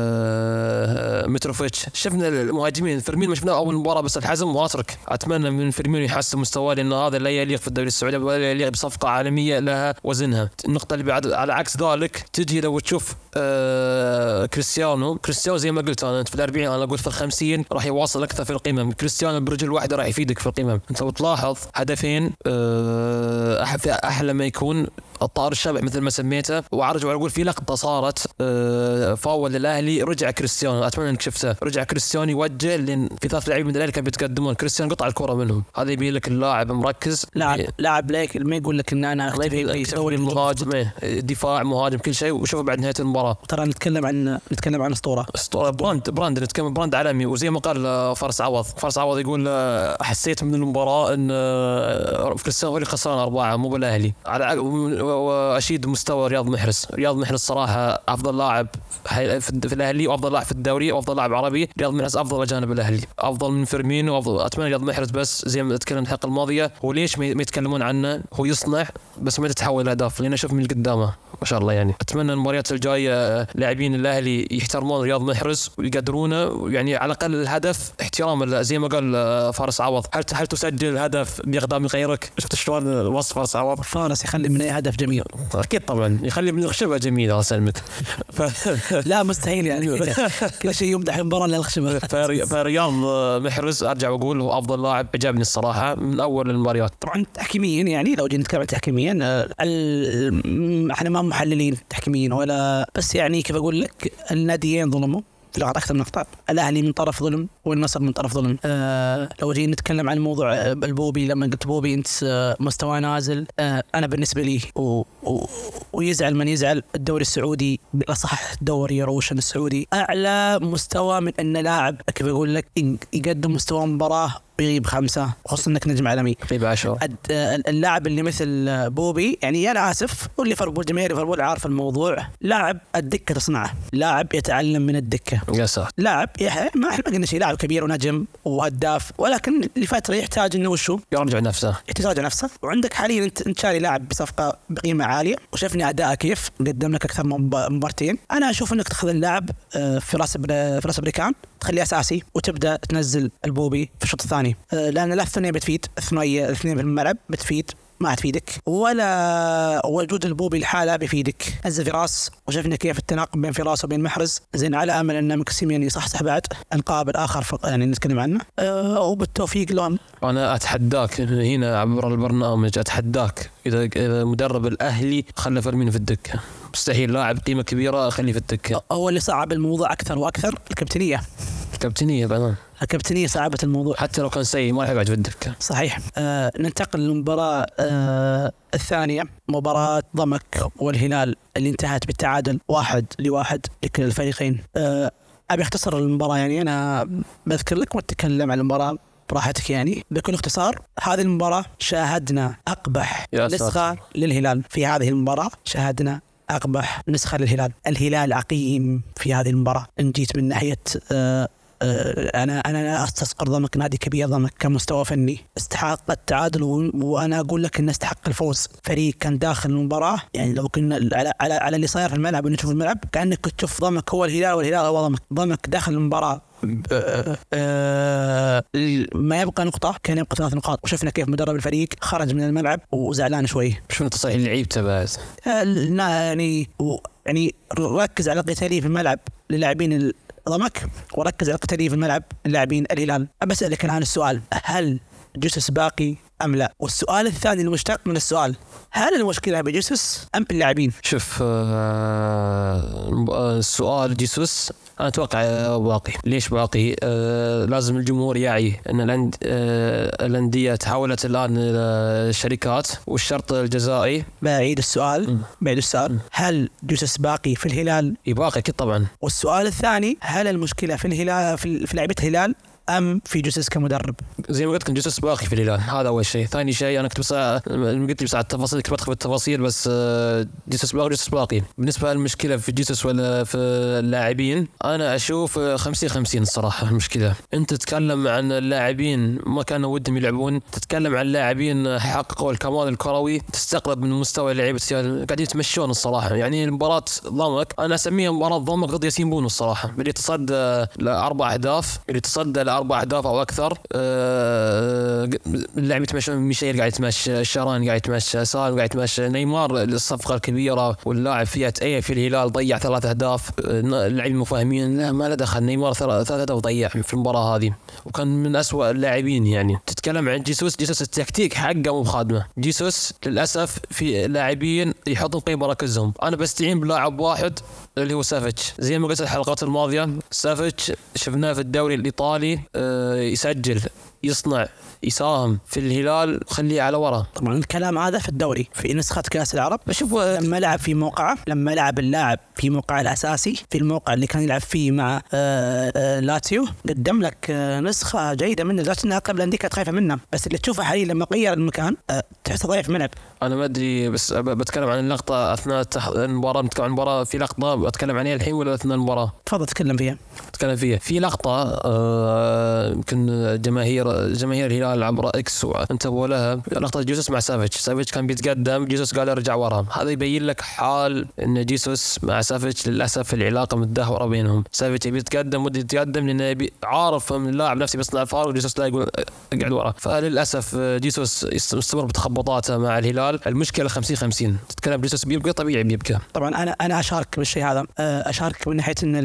متروفيتش، شفنا المهاجمين. فيرمينو ما شفناه اول مباراه بس الحزم واترك. اتمنى من فيرمينو يحسن مستواه لان هذا لا يليق في الدوري السعودي ولا يليق بصفقه عالميه لها وزنها. النقطه اللي بعد على عكس ذلك تجي لو تشوف كريستيانو زي ما قلت انا، انت في ال40 انا اقول في ال50 راح يواصل اكثر في القمم. كريستيانو برجل واحده راح يفيدك في القمم. انت لو تلاحظ هدفين احلى ما يكون الطائر الشبح مثل ما سميته. وارجع واقول في لقطه صارت فاول للاهلي، رجع كريستيانو، اتمنى انك شفته، رجع كريستيانو يوجه لان في 3 لاعبين من الاهلي كانوا بيتقدمون، كريستيانو قطع الكره منهم. هذا يبين لك اللاعب مركز، لاعب ليك ما يقول لك ان انا يسوي المهاجم دفاع مهاجم كل شيء. وشوف بعد نهايه المباراه ترى نتكلم عن اسطوره براند نتكلم براند عالمي. وزي ما قال فارس عوض يقول حسيت من المباراه ان كريستيانو هو اللي خسران 4 مو بالاهلي. واشيد مستوى رياض محرز. رياض محرز صراحه افضل لاعب في الاهلي، وافضل لاعب في الدوري، وافضل لاعب عربي. رياض محرز افضل اجانب الاهلي، افضل من فيرمينو، وافضل. اتمنى رياض محرز بس زي ما تكلمنا الحلقه الماضيه، وليش ما يتكلمون عنه؟ هو يصنع بس ما تتحول الاهداف، لان اشوف من قدامه ما شاء الله يعني. اتمنى المباريات الجايه لاعبين الاهلي يحترمون رياض محرز ويقدرونه، يعني على الاقل الهدف احترام، زي ما قال فارس عوض. هل تسجل هدف باقدام غيرك؟ شفت شلون وصف فارس عوض؟ فارس يخلي من اي هدف جميل. اكيد طبعا يخلي من الخشبه جميل. الله يسلمك. لا مستحيل يعني كل شيء يمدح المباراه للخشبه. فرياض محرز ارجع واقول هو افضل لاعب، عجبني الصراحه من اول المباريات. طبعا تحكيميا يعني لو جينا نتكلم تحكيميا، احنا ما محللين تحكيميا ولا، بس يعني كيف اقول لك، الناديين ظلموا في اكثر من نقطة. الاهلي من طرف ظلم والنصر من طرف ظلم. لو جينا نتكلم عن موضوع البوبي، لما قلت بوبي انت مستوى نازل، انا بالنسبه لي ويزعل من يزعل، الدوري السعودي بالاصح دوري روشن السعودي اعلى مستوى من ان لاعب كيف اقول لك يقدم مستوى مباراه ويغيب 5، خصوصا انك نجم عالمي يغيب 10. اللاعب اللي مثل بوبي، يعني انا اسف، والليفربول جماهير ليفربول عارف الموضوع، لاعب الدكه تصنعه، لاعب يتعلم من الدكه، يا ساتر، لاعب ما احنا قلنا شيء، لاعب كبير ونجم وهداف، ولكن لفتره يحتاج انه وشو يرجع نفسه. وعندك حاليا انت شاري لاعب بصفقه بقيمه عاليه، وشفنا اداءه كيف قدم لك اكثر من مبارتين. انا اشوف انك تاخذ اللاعب في راس بريكان، تخليه اساسي، وتبدا تنزل البوبي في الشوط الثاني، لان لا الثنائيه بتفيد، الاثنين في الملعب بتفيد، ما تفيدك، ولا وجود البوبي الحالة بيفيدك. نزل فراس، وشفنا كيف التناقض بين فراس وبين محرز. زين، على امل ان مكسيمين يصحصح بعد القاب الاخر يعني نتكلم عنه، وبالتوفيق لهم. انا اتحداك هنا عبر البرنامج، اتحداك اذا مدرب الاهلي خلى فيرمينو في الدكه، مستحيل لاعب قيمه كبيره اخليه في الدكه. هو اللي صعب الموضوع اكثر واكثر الكابتنيه بعدين الكابتنية صعبت الموضوع، حتى لو كان سيء ما راح يقعد في الدكة. صحيح. ننتقل للمباراة الثانية، مباراة ضمك والهلال اللي انتهت بالتعادل 1-1 لكل الفريقين. أبي أختصر المباراة، يعني أنا بذكر لك وأتكلم عن المباراة براحتك. يعني بكل اختصار، هذه المباراة شاهدنا أقبح نسخة للهلال. في هذه المباراة شاهدنا أقبح نسخة للهلال. الهلال عقيم في هذه المباراة. إن جيت من ناحية أنا أستذكر ضمك نادي كبير، ضمك كمستوى فني استحق التعادل، وأنا أقول لك إنه استحق الفوز. فريق كان داخل المباراة، يعني لو كنا على اللي صاير في الملعب ونشوف الملعب، كأنك تشوف ضمك هو الهلال والهلال هو ضمك داخل المباراة. ما يبقى نقطة، كان يبقى 3 نقاط، وشفنا كيف مدرب الفريق خرج من الملعب وزعلان شوي. شو تصحيح اللعيب تبعه يعني ركز على القتالية في الملعب للاعبين ضمك، وركز على القتالية في الملعب للاعبين الهلال. أسألك الآن السؤال، هل جيسوس باقي أم لا؟ والسؤال الثاني المشتق من السؤال، هل المشكلة بجيسوس أم باللاعبين؟ شوف، السؤال جيسوس أنا أتوقع باقي. ليش باقي؟ لازم الجمهور يعي أن الأندية تحولت الآن الشركات، والشرط الجزائي. بعيد السؤال هل جيسوس باقي في الهلال؟ باقي أكيد طبعا. والسؤال الثاني، هل المشكلة في الهلال في لعيبة الهلال أم في جيسوس كمدرب؟ زي ما قلت لك جيسوس باقي في الهلال، هذا أول شيء. ثاني شيء أنا قلت لي بس على التفاصيل، كنت بدخل في التفاصيل، بس جيسوس باقي. بالنسبة للمشكلة في جيسوس ولا في اللاعبين، أنا أشوف 50-50 الصراحة. المشكلة أنت تتكلم عن اللاعبين ما كانوا ودهم يلعبون، تتكلم عن لاعبين حققوا الكمال الكروي، تستقرب من مستوى لعيبة قاعدين يتمشون الصراحة. يعني مباراة ضمك أنا أسميها مباراة ضمك ضد ياسين بونو الصراحة، اللي تصدى ل4 أهداف، اللي تصدى ل4 أهداف أو أكثر. اللاعب يتمشى، ميشيل قاعد يتمشى، شاران قاعد يتمشى، سالم قاعد يتمشى، نيمار الصفقة الكبيرة واللاعب فيها في الهلال ضيع 3 أهداف. اللاعب المفاهمين لا ما له دخل، نيمار 3 أهداف ضيع في المباراة هذه، وكان من أسوأ اللاعبين. يعني تتكلم عن جيسوس التكتيك حقه مو بخادمه. جيسوس للأسف في لاعبين يحطون قيمة مراكزهم. أنا بستعين بلاعب واحد اللي هو سافيتش. زي ما قلت الحلقات الماضية، سافيتش شفناه في الدوري الإيطالي يسجل يصنع يساهم في الهلال خليه على ورا. طبعا الكلام هذا في الدوري في نسخة كأس العرب. بشوف لما لعب في موقعه، لما لعب اللاعب في موقعه الأساسي في الموقع اللي كان يلعب فيه مع لاتسيو، قدم لك نسخة جيدة منه، لذلك أنها أغلب الأندية كانت خايفة منه. بس اللي تشوفه حاليا لما غير المكان تحسه ضعيف الملعب. أنا ما أدري، بس بتكلم عن اللقطة أثناء المباراة. بتكلم عن المباراة في لقطة بتكلم عليها الحين ولا أثناء المباراة؟ تفضل تكلم فيها. بتكلم فيها في لقطة يمكن جماهير الهلال عبر إكس انتبهوا لها، لقطة جيسوس مع سافيتش كان بيتقدم، جيسوس قال ارجع ورا. هذا يبين لك حال ان جيسوس مع سافيتش للاسف العلاقة متدهورة بينهم. سافيتش بيتقدم ودي يتقدم لانه عارف من اللاعب نفسه بيصنع الفارق، جيسوس لا يقول اقعد ورا. فللاسف جيسوس مستمر بتخبطاته مع الهلال. المشكلة 50-50. تتكلم جيسوس بيبقى طبيعي بيبقى. طبعا انا اشارك بالشيء هذا، اشارك من ناحية ان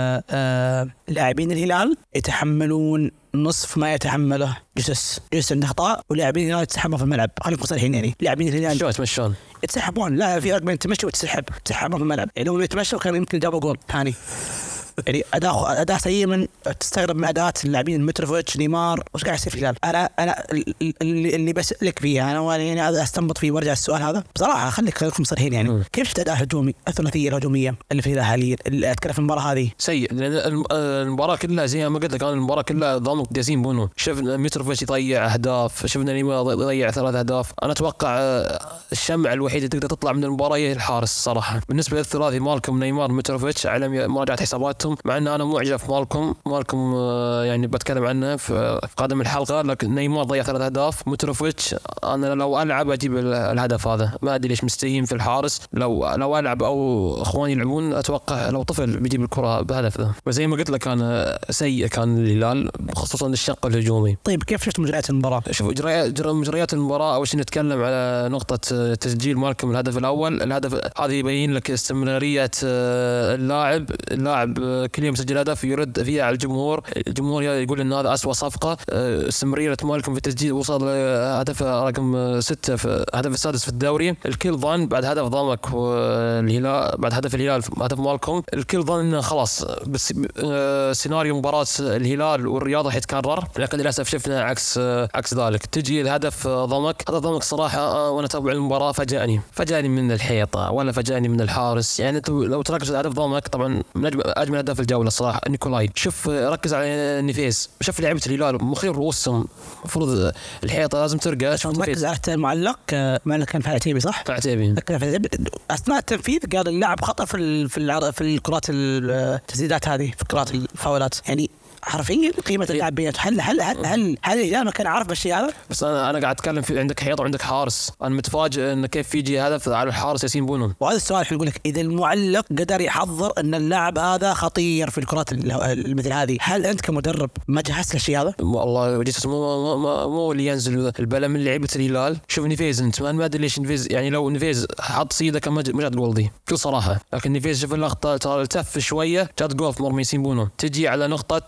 لاعبين الهلال يتحملون نصف ما يتحمله جيسوس عنده اخطاء، ولاعبين الهلال يتسحبون في الملعب. خلينا صريحين، يعني لاعبين الهلال شو يتمشون يتسحبون، لا في رقم يتمشى وتسحبون في الملعب. يعني لو يتمشوا كان يمكن جابوا جول ثاني. يعني اداء سيء، من تستغرب من اداء اللاعبين متروفيتش نيمار. وش قاعد يصير في الهلال؟ انا اللي بسألك فيه انا يعني استنبط فيه وارجع السؤال هذا بصراحه. خليكم صريحين، يعني كيف شفت اداء هجومي الثلاثيه الهجوميه اللي في الهلال حاليا؟ اللي اتكلم في المباراه هذه سيء، لان المباراه كلها زي ما قلت لك، المباراه كلها ضامن ياسين بونو. شفنا متروفيتش يضيع اهداف، شفنا نيمار يضيع 3 أهداف. انا اتوقع الشمعة الوحيده اللي تقدر تطلع من المباراه هي الحارس صراحه. بالنسبه للثلاثي مالكم نيمار متروفيتش، على مراجعه حساباتهم، مع ان انا مو اعجب مالكم يعني بتكلم عنه في قادم الحلقه، لكن نيمار ضيع 3 أهداف. متروفيتش انا لو العب اجيب الهدف هذا، ما ادري ليش مستهين في الحارس. لو العب او اخواني يلعبون اتوقع لو طفل بيجيب الكره بهدف ذا. وزي ما قلت لك كان سيء كان الهلال خصوصا الشق الهجومي. طيب كيف شفت مجريات المباراه؟ شوف مجريات المباراه، اول شيء نتكلم على نقطه تسجيل مالكم الهدف الاول. الهدف هذا يبين لك استمراريه اللاعب كل يوم يسجل هدف يرد فيها على الجمهور يقول ان هذا أسوأ صفقه. استمراريه مالكم في التسجيل، وصل هدف رقم 6 في هدف السادس في الدوري. الكل ظن بعد هدف ضمك والهلال، بعد هدف الهلال هدف مالكم، الكل ظن انه خلاص بس سيناريو مباراه الهلال والرياضه حيتكرر، لكن للاسف شفنا عكس ذلك. تجي الهدف ضمك، هذا ضمك صراحه وانا اتابع المباراه فاجأني من الحيطه ولا فاجأني من الحارس. يعني لو تركز على هدف ضمك، طبعا من اجمل هدف الجوله صراحه نيكولاي. شوف ركز على نيفيز، شوف لعيبه الهلال مخير رؤوسهم، المفروض الحيطه لازم ترقى. ركز على المعلق، ما كان في عتيبي صح؟ في عتيبي اثناء التنفيذ قال اللاعب خطأ في الكرات التسديدات هذه، في كرات الفاولات. يعني حرفيا قيمه اللاعب. هل الهلال ما كان عارف بالشيء هذا؟ بس انا قاعد اتكلم في عندك حيط وعندك حارس. انا متفاجئ ان كيف يجي هدف على الحارس ياسين بونو. وهذا السؤال احنا نقول لك، اذا المعلق قدر يحضر ان اللاعب هذا خطير في الكرات مثل هذه، هل انت كمدرب ما جهزت الشيء هذا؟ والله جيسوس مو اللي ينزل البلا من لعيبه الهلال. شوف نيفيز، انت ما ادري ليش نيفيز، يعني لو نيفيز حط سيده كان ما جات جول دي بكل صراحه، لكن نيفيز شوف اللقطه ترى التف شويه جات جول في مرمى ياسين بونو. تجي على نقطه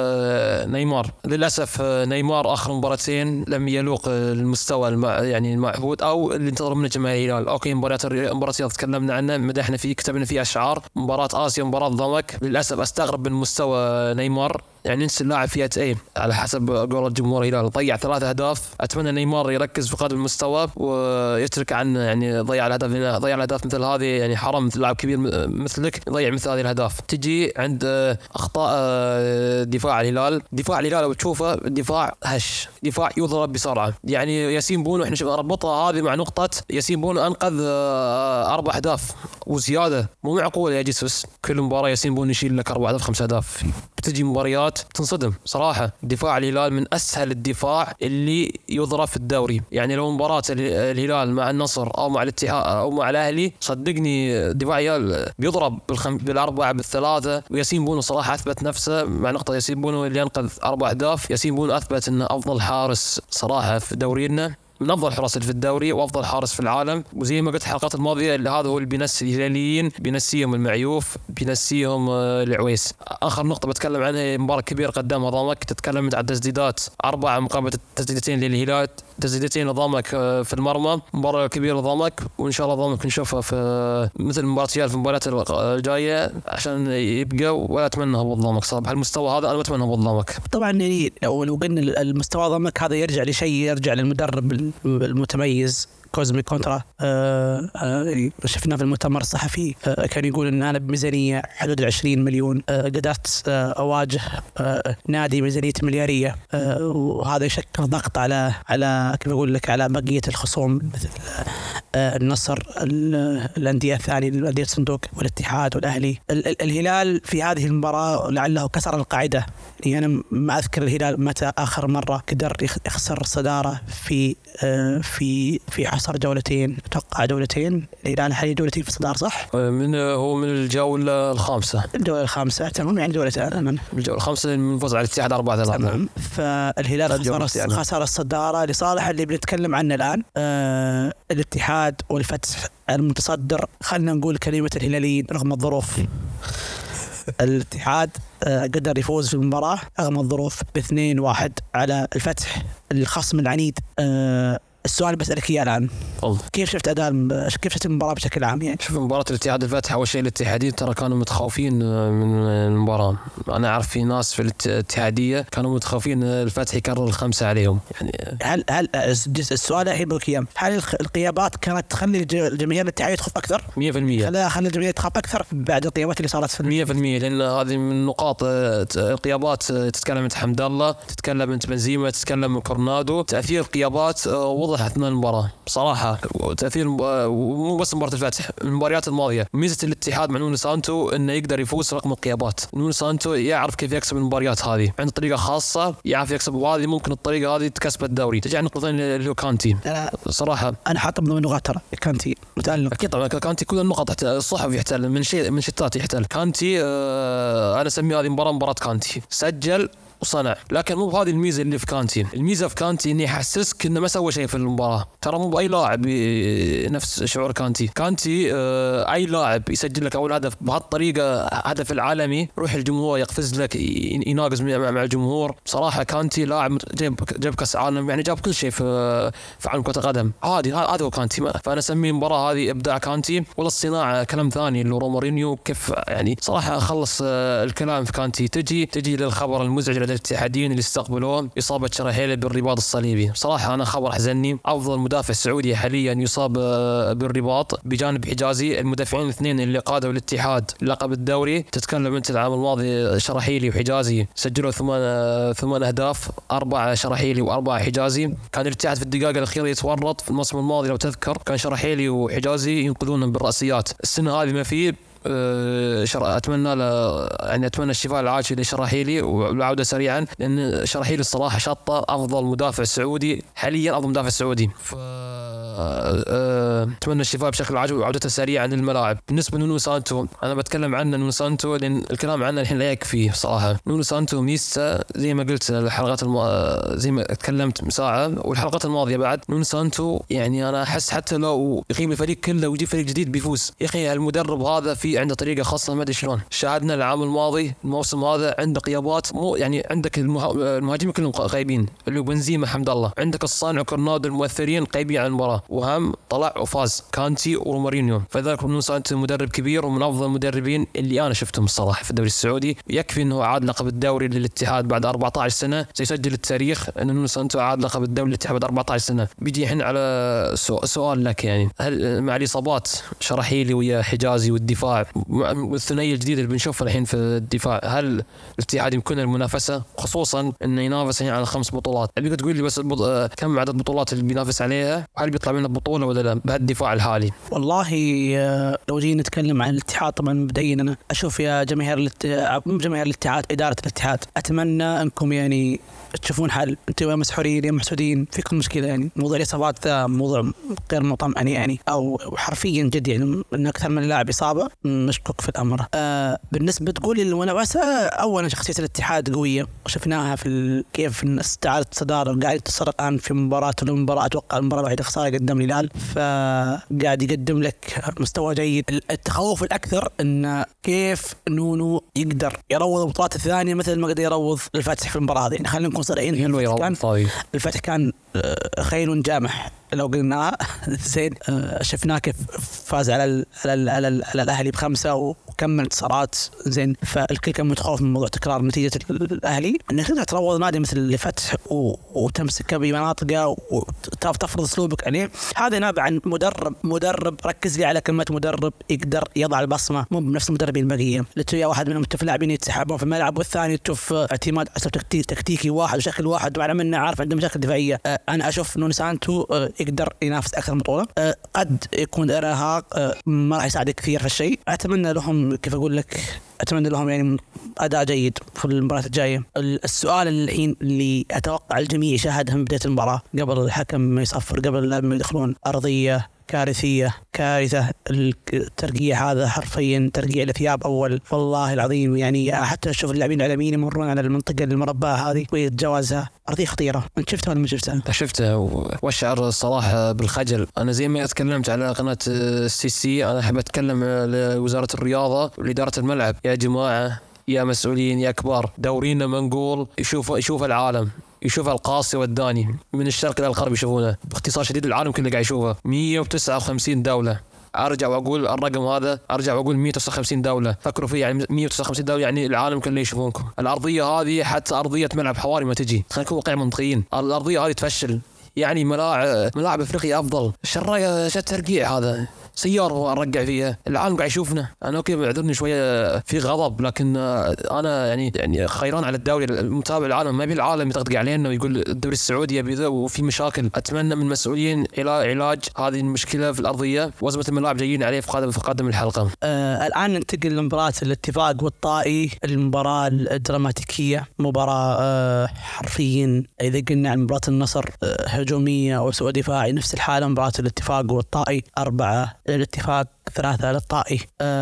نيمار، للاسف نيمار اخر مباراتين لم يلوق المستوى يعني المعهود او اللي انتظر منه جماهير الهلال. اوكي مباراه تكلمنا عنها، مدحنا فيه، كتبنا فيه اشعار. مباراه اسيا، مباراه ضمك، للاسف استغرب من مستوى نيمار. يعني نفس اللاعب فيها ايه على حسب قول الجمهور الهلال، ضيع 3 أهداف. اتمنى نيمار يركز في قادم المستوى ويترك عنه يعني ضيع الاهداف مثل هذه. يعني حرام لاعب كبير مثلك يضيع مثل هذه الاهداف. تجي عند اخطاء دفاع الهلال لو تشوفه دفاع هش، دفاع يضرب بسرعه. يعني ياسين بونو احنا ربطها هذه مع نقطه ياسين بونو انقذ 4 أهداف وزياده. مو معقول يا جيسوس كل مباراه ياسين بونو يشيل لك 4 أهداف 5 أهداف. بتجي مباريات تنصدم صراحه. دفاع الهلال من اسهل الدفاع اللي يضرب في الدوري. يعني لو مباراه الهلال مع النصر او مع الاتحاد او مع الاهلي، صدقني دفاع الهلال بيضرب بالاربعه بالثلاثه. وياسين بونو صراحه اثبت نفسه مع نقطه ياسين بونو اللي انقذ 4 أهداف. ياسين بونو اثبت انه افضل حارس صراحه في دورينا، من افضل الحراس في الدوري وافضل حارس في العالم. وزي ما قلت الحلقات الماضيه، هذا هو اللي بينسي الهلاليين، بينسيهم المعيوف، بينسيهم العويس. اخر نقطه بتكلم عنها، مباراه كبيره قدامها ضمك. تتكلم عن تسديدات 4 مقابل تسديدتين للهلال. تسديدتين ضمك في المرمى، مباراة كبيرة ضمك، وإن شاء الله ضمك نشوفها في مثل مباراتيال في المباريات الجاية عشان يبقى، ولا أتمنى هبوط ضمك صراحة بهالمستوى هذا، أنا بتمنى هبوط ضمك. طبعا يعني لو قلنا المستوى ضمك هذا يرجع لشيء، يرجع للمدرب المتميز كوزمي كونترا. شفنا في المؤتمر الصحفي كان يقول ان انا بميزانيه حدود 20 مليون قدرت اواجه نادي ميزانيه ملياريه، وهذا يشكل ضغط على كيف اقول لك على بقيه الخصوم مثل النصر، الانديه الثانيه، الانديه الصندوق والاتحاد والاهلي. الهلال في هذه المباراه لعله كسر القاعده، يعني انا ما اذكر الهلال متى اخر مره قدر يخسر الصداره في حصر جولتين، اتوقع جولتين. الهلال حاليا جولتين في الصداره صح؟ هو من الجوله الخامسه تمام، يعني جولتين الجوله الخامسه من فوز على الاتحاد 4-3. تمام. فالهلال خسر الصداره لصالح اللي بنتكلم عنه الان، الاتحاد والفتح المتصدر. خلنا نقول كلمه الهلاليين رغم الظروف. الاتحاد قدر يفوز في المباراة رغم الظروف ب2-1 على الفتح الخصم العنيد. السؤال بسألك إياه الآن، كيف شفت شفت المباراة بشكل عام؟ يعني شوف مباراة الاتحاد الفتح، أول شيء الاتحاديين ترى كانوا متخوفين من المباراة. أنا أعرف في ناس في الاتحادية كانوا متخوفين الفتح يكرر ال5 عليهم. يعني هل السؤال الحين بقولك إياه، هل الغيابات كانت تخلي الجماهير الاتحادية تخاف أكثر؟ 100%. خلي الجماهير تخاف أكثر بعد الغيابات اللي صارت 100%، لأن هذه من نقاط الغيابات. تتكلم عن حمد الله، تتكلم عن بنزيما، تتكلم عن كورنادو. تأثير الغيابات وضح أثناء المباراة بصراحة. تأثير مو بس مباراة الفتح، المباريات الماضية. ميزة الاتحاد مع نونو سانتو إنه يقدر يفوز رقم الغيابات. نونو سانتو يعرف كيف يكسب المباريات هذه، عنده طريقة خاصة يعرف يكسب، وهذه ممكن الطريقة هذه تكسب الدوري. تجي عن نقطتين اللي هو كانتي. صراحة أنا حاطط من النقاط، ترى كانتي متألق أكيد طبعا. كانتي كل النقط، الصحف يحتل من شتات يحتل كانتي. أنا أسمي هذه مباراة كانتي، سجل وصنع. لكن مو بهذه الميزه اللي في كانتي. الميزه في كانتي انه يحسسك انه ما سوى شيء في المباراه. ترى مو باي لاعب نفس شعور كانتي. اي لاعب يسجل لك اول هدف بهالطريقه، هدف العالمي، روح الجمهور يقفز لك، يناقز مع الجمهور. بصراحه كانتي لاعب جاب كاس عالم، يعني جاب كل شيء في عالم كره القدم. هذا هو كانتي. فانا اسمي المباراه هذه ابداع كانتي. ولا الصناعه كلام ثاني اللي مورينيو كيف يعني صراحه خلص الكلام في كانتي. تجي للخبر المزعج الاتحاديين اللي استقبلوه إصابة شراحيلي بالرباط الصليبي. صراحة أنا خبر حزني. أفضل مدافع سعودي حاليا يصاب بالرباط بجانب حجازي، المدافعين الاثنين اللي قادوا الاتحاد لقب الدوري. تتكلم أنت العام الماضي شراحيلي وحجازي سجلوا 8 أهداف، 4 شراحيلي و4 حجازي. كان الاتحاد في الدقائق الأخيرة يتورط. في الموسم الماضي لو تذكر كان شراحيلي وحجازي ينقذونهم بالرأسيات. السنة هذه ما فيه. اتمنى يعني اتمنى الشفاء العاجل لشراحيلي والعوده سريعا، لان شراحيلي الصراحه شطه افضل مدافع سعودي حاليا، افضل مدافع سعودي. اتمنى الشفاء بشكل عاجل وعودته سريعا للملاعب. بالنسبه لنونو سانتو، انا بتكلم عنه نونو سانتو لان الكلام عنه الحين لا يكفي صراحه. نونو سانتو ميزته زي ما قلت الحلقات زي ما تكلمت ساعه والحلقات الماضيه بعد، نونو سانتو يعني انا احس حتى لو يقيم الفريق كله ويجيب فريق جديد بيفوز. يا اخي المدرب هذا في عنده طريقه خاصه ما ادري شلون. شاهدنا العام الماضي الموسم هذا عنده غيابات، مو يعني عندك المهاجمين كلهم غايبين اللي بنزيما حمد الله، عندك الصانع كورنادو المؤثرين غايبين عن المباراه، وهم طلع وفاز كانتي ومورينيو. فذلك نونو سانتو مدرب كبير ومن افضل المدربين اللي انا شفتهم الصراحه في الدوري السعودي. يكفي انه عاد لقب الدوري للاتحاد بعد 14 سنه، سيسجل التاريخ ان نونو سانتو عاد لقب الدوري للاتحاد بعد 14 سنه. بيجي الحين على سؤال لك، يعني هل مع الاصابات شراحيلي ويا حجازي والدفاع والثنائيه الجديده اللي بنشوفها الحين في الدفاع، هل الاتحاد يمكن المنافسه، خصوصا انه ينافس الحين على 5 بطولات؟ ابيك تقول لي بس كم عدد البطولات اللي بينافس عليها، وهل بيطلع منها بطوله ولا لا بهالدفاع الحالي؟ والله لو جينا نتكلم عن الاتحاد، طبعا مبدئيا انا اشوف يا جماهير الاتحاد، اداره الاتحاد، اتمنى انكم يعني تشوفون حل. انتم يا مسحورين يا محسودين، فيكم مشكله. يعني موضوع الاصابات ذا موضوع غير مطمئن يعني، او حرفيا جد يعني ان اكثر من لاعب اصابه مشكوك في الأمر. بالنسبة تقولي المنافسة، أولا شخصية الاتحاد قوية وشفناها في كيف استعادت الصدارة، وقاعد يتصدر الآن في مباراة أتوقع المباراة الوحيدة خسارة قدام الهلال، فقاعد يقدم لك مستوى جيد. التخوف الأكثر إن كيف نونو يقدر يروض البطولات الثانية مثل ما قدر يروض الفتح في المباراة هذه. يعني خلينا نكون صريحين، الفتح كان خيل جامح لو قلنا زين. شفناه كيف فاز على الأهلي ب5 وكمل انتصارات زين، فالكل كان متخوف من موضوع تكرار نتيجة الأهلي. انك تقدر تروض نادي مثل الفتح وتمسكه بمناطقه وتفرض اسلوبك عليه، هذا نابع عن مدرب ركز لي على كلمة مدرب يقدر يضع البصمة، مو بنفس المدربين البقية اللي تشوف واحد منهم تشوف لاعبين يتسحبون في الملعب، والثاني تشوف اعتماد على تكتيكي واحد وشكل واحد ومع منه عارف عنده مشاكل دفاعية. انا اشوف نونو سانتو يقدر ينافس اكثر بطولة. قد يكون ارهاق ما راح يساعد كثير في الشيء. اتمنى لهم كيف اقول لك، اتمنى لهم يعني اداء جيد في المباراه الجايه. السؤال الحين اللي اتوقع الجميع شاهدها من بدايه المباراه قبل الحكم ما يصفر، قبل ما يدخلون، ارضيه كارثة. الترقيع هذا حرفيا ترقيع الثياب أول، والله العظيم. يعني حتى أشوف اللاعبين العالميين يمرون على المنطقة المربعة هذه ويتجاوزها، أرضية خطيرة. أنت شفتها ولا ما شفتها؟ شفتها وأشعر الصراحة بالخجل. أنا زي ما تكلمت على قناة CC، أنا أحب أتكلم لوزارة الرياضة ولإدارة الملعب. يا جماعة، يا مسؤولين، يا كبار، دورينا منقول يشوف العالم، يشوف القاصي والداني من الشرق إلى الغرب، يشوفونه باختصار شديد. العالم كله قاعد يشوفه. 159 دولة. أرجع وأقول الرقم هذا، أرجع وأقول 159 دولة. فكروا فيه، يعني 159 دولة يعني العالم كله يشوفونكم. الأرضية هذه حتى أرضية ملعب حواري ما تجي. خلينا نكون واقعي منطقيين، الأرضية هذه تفشل. يعني ملاعب أفريقيا أفضل. الشراية ترقيع هذا سيارة نرجع فيها، العالم قاعد يشوفنا. أنا أوكي بعذرني شوية في غضب، لكن أنا يعني خيران على الدوري المتابع العالم، ما بي العالم يطقطق علينا ويقول الدوري السعودي يبي ذا وفي مشاكل. أتمنى من المسؤولين علاج هذه المشكلة في الأرضية وأزمة الملاعب جايين عليه في قادم الحلقة. الآن ننتقل لمباراة الاتفاق والطائي، المباراة الدراماتيكية، مباراة حرفيا إذا قلنا عن مباراة النصر هجومية وسوء دفاعي، نفس الحالة مباراة الاتفاق والطائي 4 للاتفاق 3 للطائي.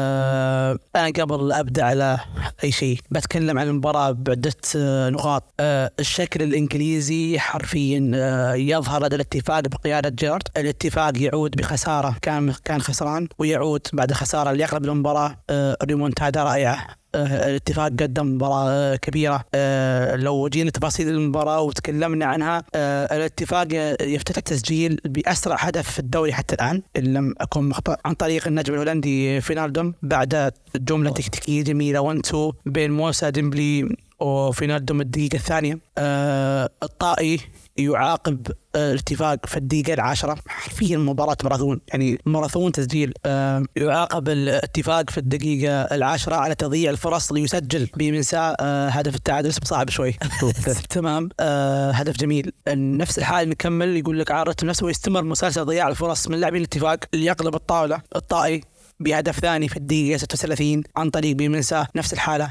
أنا قبل أبدأ على أي شيء بتكلم عن المباراة بعدة نقاط. الشكل الإنجليزي حرفيا يظهر لدى الاتفاق بقيادة جيرارد. الاتفاق يعود بخسارة، كان خسران ويعود بعد خسارة ليقلب المباراة ريمونتادا رائعة. الاتفاق قدم مباراة كبيرة. لو جينا تفاصيل المباراة وتكلمنا عنها، الاتفاق يفتتح تسجيل بأسرع هدف في الدوري حتى الآن إن لم أكن مخطئ، عن طريق النجم الهولندي فينالدوم بعد جملة تكتيكية جميلة 1-2 بين موسى ديمبلي وفينالدوم الدقيقة الثانية. الطائي يعاقب الاتفاق في الدقيقة 10، حرفيا مباراة ماراثون تسجيل. يعاقب الاتفاق في الدقيقة 10 على تضييع الفرص ليسجل بمنسى هدف التعادل، صعب شوي. تمام. هدف جميل. نفس الحال نكمل، يقول لك عارض نفسه ويستمر مسلسل ضياع الفرص من لاعبين الاتفاق ليقلب الطاولة. الطائي بهدف ثاني في الدقيقة 36 عن طريق بيمنسا، نفس الحالة.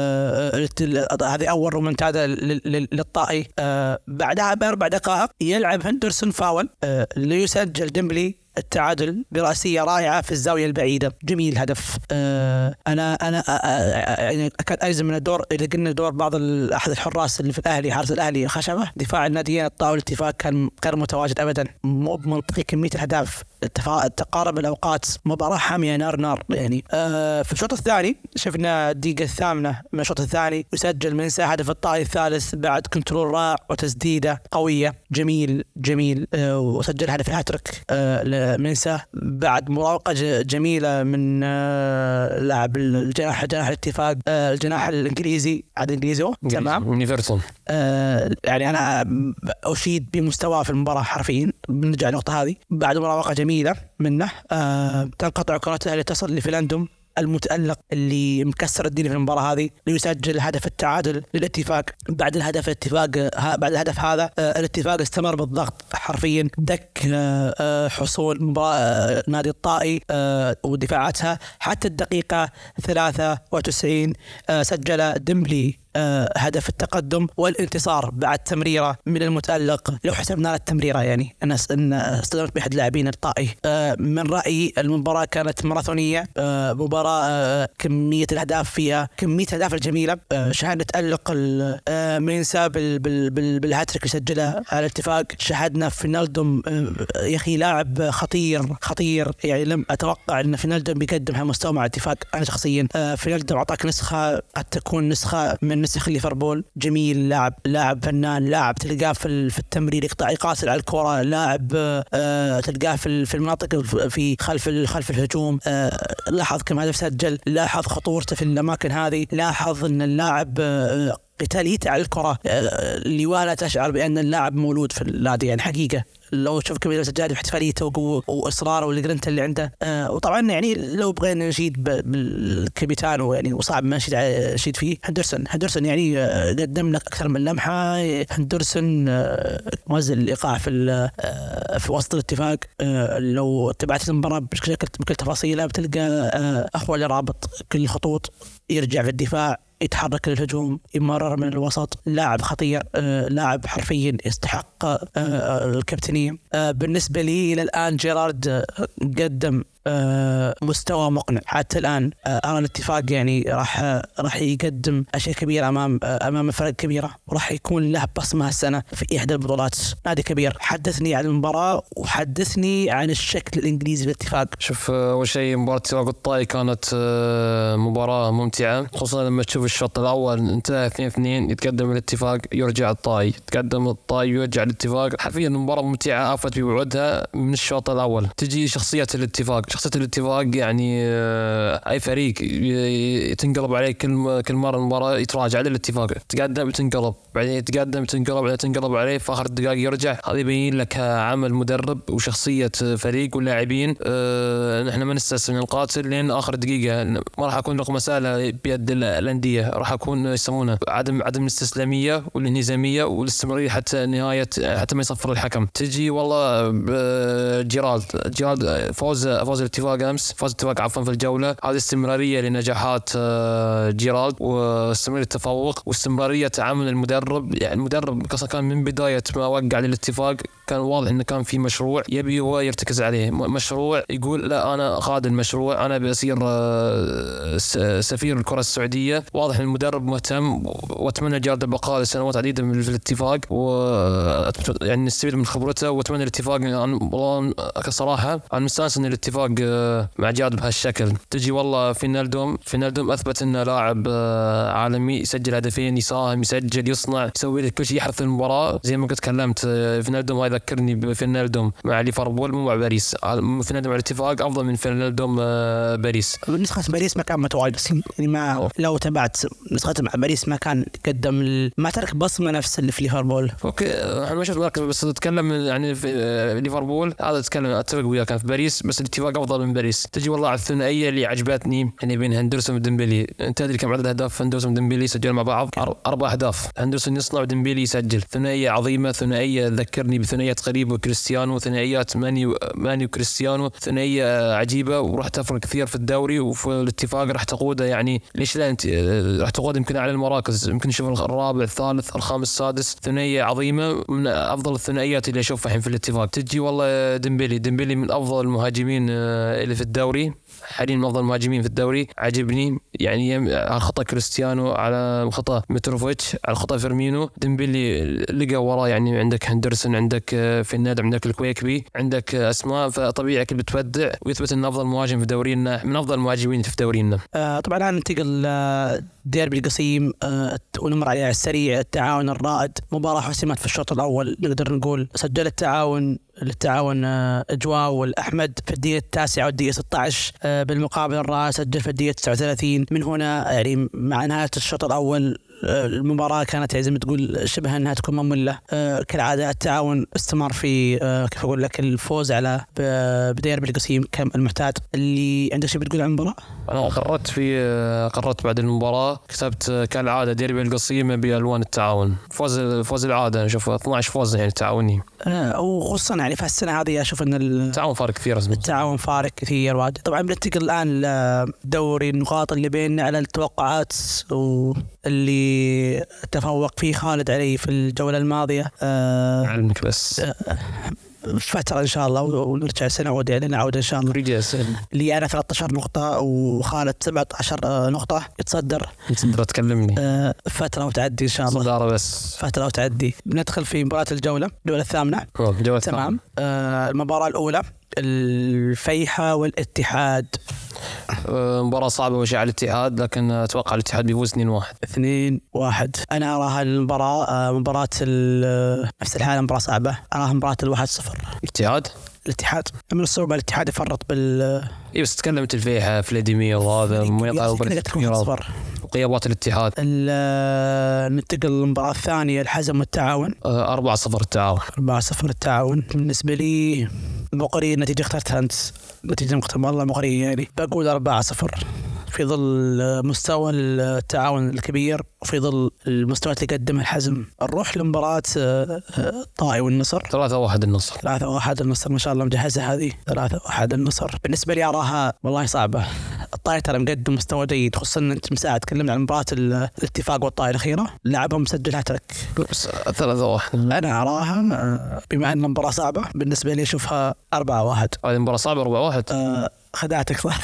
هذه أول رومنتادا للطائي. بعدها ب4 دقائق يلعب هندرسون فاول ليسجل ديمبلي التعادل برأسية رائعة في الزاوية البعيدة. جميل هدف. أنا يعني أكاد أجزم من الدور، إذا قلنا دور بعض أحد الحراس اللي في الأهلي، حارس الأهلي خشبة، دفاع الناديين الطائي والاتفاق كان غير متواجد أبدا. مو بمنطقي كمية الأهداف، تقارب الأوقات، مباراة حامية نار يعني. في الشوط الثاني شفنا الدقيقة 8 من الشوط الثاني يسجل منسى هدف الطائي الثالث بعد كنترول رائع وتسديدة قوية. جميل وسجل هدف الهاتريك منسى بعد مراوغة جميلة من لاعب جناح الاتفاق، الجناح الإنجليزي، عاد إنجليزي تمام نيفرتون. يعني أنا أشيد بمستواه في المباراة حرفيا. بنرجع النقطة هذه بعد مراوغة جميلة منه. تنقطع كرته اللي تصل لفيلاندوم المتألق اللي مكسر الدنيا في المباراة هذه ليسجل هدف التعادل للاتفاق. بعد الهدف هذا الاتفاق استمر بالضغط حرفيا، دك حصول مباراة نادي الطائي ودفاعاتها حتى الدقيقة 93. سجل ديمبلي هدف التقدم والانتصار بعد تمريرة من المتألق. لو حسبنا التمريرة يعني أنا استلمت بأحد لاعبين الطائي. من رأيي المباراة كانت ماراثونية، مباراة كمية الأهداف فيها، كمية الأهداف الجميلة. شاهدنا تألق مينسا بالهاتريك اللي سجلها على الاتفاق. شاهدنا فينالدوم يا أخي لاعب خطير يعني لم أتوقع أن فينالدوم بيقدم هالمستوى مع الاتفاق. أنا شخصيا فينالدوم أعطاك نسخة قد تكون نسخة من نسخ ليفربول. جميل، لاعب فنان، لاعب تلقاه في التمرير يقاتل على الكرة، لاعب تلقاه في المناطق في خلف الهجوم. لاحظ كم هدف سجل، لاحظ خطورته في الأماكن هذه، لاحظ أن اللاعب قتاليته على الكرة اللي ولا تشعر بأن اللاعب مولود في النادي يعني حقيقة. لو تشوف كمية السجاد واحتفاليته وإصراره والجرنت اللي عنده. وطبعا يعني لو بغينا نشيد بالكابيتانو يعني وصعب ما نشيد فيه هندرسون يعني قدم لك أكثر من لمحة. هندرسون موزع الإيقاع في وسط الاتفاق. لو تبعت المباراة بكل تفاصيلها بتلقى أخوة اللي رابط كل الخطوط، يرجع في الدفاع، يتحرك للهجوم، يمرر من الوسط. لاعب خطير، لاعب حرفيا يستحق الكابتنية. بالنسبة لي إلى الآن جيرارد قدم مستوى مقنع حتى الآن. أنا الاتفاق يعني راح يقدم أشياء كبيرة أمام فرق كبيرة، وراح يكون له بصمة السنة في إحدى البطولات. نادي كبير. حدثني عن المباراة وحدثني عن الشكل الإنجليزي للاتفاق. شوف، أول شيء مباراة الاتفاق الطائي كانت مباراة ممتعة، خصوصا لما تشوف الشوط الأول انتهى 2-2، يتقدم الاتفاق يرجع الطائي، يتقدم الطائي يرجع الاتفاق. حرفيا مباراة ممتعة آفت بوعودها من الشوط الأول. تجي شخصية الاتفاق يعني أي فريق تنقلب عليه كل مرة المباراة يتراجع على الاتفاق، تقدم تنقلب، بعدين يتقدم تنقلب، بعدين تنقلب عليه في آخر الدقائق يرجع. هذا يبين لك عمل مدرب وشخصية فريق واللاعبين. نحن ما نستسلم القاتل لين آخر دقيقة. ما راح أكون لكم مسألة بيد الأندية، راح أكون يسمونه عدم الاستسلامية والانهزامية والاستمرارية حتى نهاية، حتى ما يصفر الحكم. تجي والله جيرالد فوز الاتفاق أمس، فاز الاتفاق عفوا في الجولة. هذه استمرارية لنجاحات جيرالد واستمرارية التفوق واستمرارية عمل المدرب. يعني المدرب كان من بداية ما وقع للاتفاق كان واضح إنه كان في مشروع يبي هو يرتكز عليه، مشروع يقول لا أنا قاد المشروع، أنا بصير سفير الكرة السعودية. واضح إن المدرب مهتم، وأتمنى جيرالد البقاء لسنوات عديدة في الاتفاق، يعني نستفيد من خبرته. وأتمنى الاتفاق والله كصراحة أنا مستانس إن الاتفاق مع جيرالد بهالشكل. تجي والله فينالدوم أثبت إنه لاعب عالمي، يسجل هدفين، يساهم، يسجل، يصنع، يسوي لك كل شيء، يحرث المباراة. زي ما قلت كلمت فينالدوم هاي ذكرني بفينالدوم مع ليفربول مو مع باريس. فينالدوم مع الاتفاق أفضل من فينالدوم باريس. نسخة باريس ما كان متواجد يعني، ما لو تبعت نسخة مع باريس ما كان قدم ما ترك بصمة نفس اللي في ليفربول. أوكي أنا ما شفت بس تتكلم يعني في ليفربول هذا أتفق وياك كان في باريس، بس الاتفاق أفضل من باريس. تجي والله على الثنائية اللي عجبتني يعني بين هندرسون وديمبلي. أنت تدري كم عدد أهداف هندرسون وديمبلي سجلوا مع بعض؟ 4 أهداف. هندرسون يصنع وديمبلي يسجل. ثنائية عظيمة، ثنائية ذكرني بثنائية قريب وكريستيانو، ثنائيات ماني وكريستيانو، ثنائية عجيبة وراح تفرق كثير في الدوري وفي الاتفاق. راح تقوده يعني ليش لا أنت راح تقود يمكن على المراكز، يمكن نشوف الرابع الثالث الخامس السادس. ثنائية عظيمة من أفضل الثنائيات اللي أشوفها الحين في الاتفاق. تجي والله ديمبلي من أفضل المهاجمين اللي في الدوري حاليا، من أفضل المهاجمين في الدوري. عجبني يعني على خطأ كريستيانو، على خطأ متروفيتش، على خطأ فيرمينو. ديمبلي لقى وراه يعني عندك هندرسون، عندك فيناد، عندك الكويكبي، عندك أسماء، فطبيعي كل بتودع ويثبت أنه أفضل مهاجم في دورينا، من أفضل المهاجمين في دورينا. طبعا الآن ننتقل ديربي القصيم ونمر عليه على السريع. التعاون الرائد، مباراة حسمت في الشوط الأول نقدر نقول. سجل للتعاون أجواء والأحمد في الدقيقة 9 والدقيقة 16. بالمقابل الرائد سجل في الدقيقة 39. من هنا يعني مع نهاية الشوط الأول المباراة كانت زي ما تقول شبه أنها تكون مملة. كالعادة التعاون استمر في كيف أقول لك الفوز على بديربي القصيم كم المعتاد. اللي عندك شيء بتقول عن المباراة؟ أنا قررت بعد المباراة كتبت كالعادة ديربي القصيم بألوان التعاون. فوز العادة، نشوف 12 فوز يعني تعاوني، وخصوصا يعني في السنة هذه أشوف أن التعاون فارق كثير. التعاون فارق كثير واجد. طبعا بننتقل الآن لدوري النقاط اللي بيننا على التوقعات واللي اللي تفوق فيه خالد علي في الجولة الماضية. علمك بس فترة إن شاء الله ونرجع سنعود يعني نعود إن شاء الله. لي أنا 13 نقطة وخالد 17 نقطة. يتصدر تكلمني. فترة وتعدي إن شاء الله. صدارة بس فترة وتعدي. بندخل في مباراة الجولة الثامنة. تمام. المباراة الأولى الفيحة والاتحاد. مباراة صعبة وشي على الاتحاد، لكن أتوقع الاتحاد بيفوز 2-1. أنا أراها المباراة مباراة نفس الحالة، مباراة صعبة. أراها مباراة 1-0 الاتحاد. من الصعوبة الاتحاد يفرط بس تكلمت الفيحة فلاديمير وهذا وغيابات الاتحاد. ننتقل للمباراة الثانية الحزم والتعاون. 4-0 التعاون. 4-0 التعاون. بالنسبة لي مقرية النتيجة اخترتها أنت، نتيجة مختلفة والله مقرية يعني. بقول 4-0 في ظل مستوى التعاون الكبير وفي ظل المستوى اللي قدمها الحزم. نروح لمباراة الطائي والنصر. 3-1 النصر. 3-1 النصر ما شاء الله مجهزة هذه. 3-1 النصر. بالنسبة لي أراها والله صعبة. الطائي ترى مقدم مستوى جيد، خصوصا أنت مساعد. تكلمنا عن مباراة الاتفاق والطائي الأخيرة، لعبهم مسجل هاتريك. 3-1 أنا أراها بما أن المباراة صعبة بالنسبة لي أشوفها 4-1. هذه مباراة صعبة 4-1. خدعتك صح.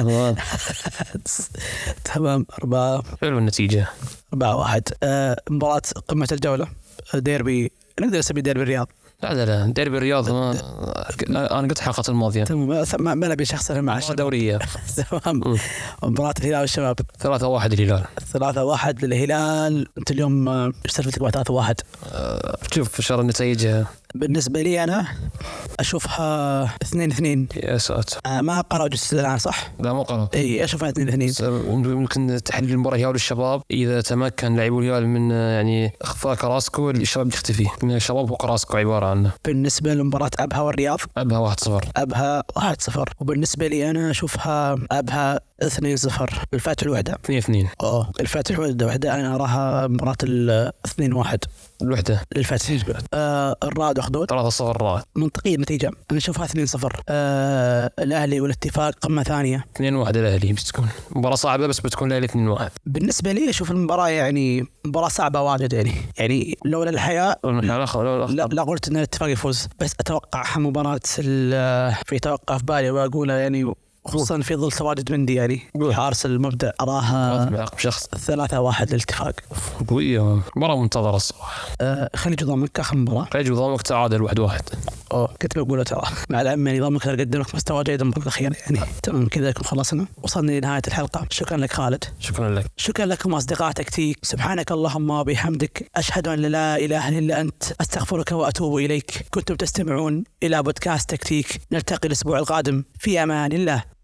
تمام. 4 حلو النتيجة. 4-1. مباراة قمة الجولة ديربي، نقدر نسميه ديربي الرياض. لا ديربي الرياض أنا قلت حلقة الماضية. تمام. ما نبي شخص مع دورية. تمام. مباراة الهلال والشباب. 3-1 الهلال. 3-1 للهلال. أنت اليوم إيش سالفتك مع 3-1؟ شوف شر النتائج. بالنسبة لي أنا أشوفها 2-2. يا ساتر. ما قرأوا جزء الآن صح؟ لا مو قرأوا. إيه أشوفها 2-2. ممكن تحليل المباراة الهلال والشباب، إذا تمكن لاعبو الهلال من يعني إخفاء كراسكو الشباب يختفي من الشباب وكراسكو عبارة عنه. بالنسبة لمباراة أبها والرياض. أبها 1-0. أبها 1-0. وبالنسبة لي أنا أشوفها أبها 2-0. الفاتح الوحدة 2-2. الفاتح الوحدة أنا أراها مباراة 2-1 الوحدة للفاتح. الرائد وخدود 3-0 الرائد. منطقية النتيجة. أنا أشوفها 2-0. الأهلي والاتفاق قمة ثانية. 2-1 الأهلي. بتكون مباراة صعبة بس بتكون الأهلي 2-1. بالنسبة لي أشوف المباراة يعني مباراة صعبة واجد يعني لولا الحياة لا قلت أن الاتفاق يفوز، بس أتوقع مباراة في توقع في بالي وأقولها يعني، خصوصا في ظل تواجد مندي يعني حارس المبدأ. أراها 3-1 للاتفاق. قوية مباراة منتظرة الصراحة. خليج ضامك آخر مباراة. خليج ضامك تعادل 1-1. كنت بقوله ترى مع العلم يعني ضامك قدم لك مستوى جيد المباراة الأخيرة يعني. تمام كذا يكون خلصنا، وصلنا لنهاية الحلقة. شكرا لك خالد. شكرا لك. شكرا لكم أصدقاء تكتيك. سبحانك اللهم وبحمدك، أشهد أن لا إله إلا أنت، أستغفرك وأتوب إليك. كنتم تستمعون إلى بودكاست تكتيك. نلتقي الأسبوع القادم في أمان الله.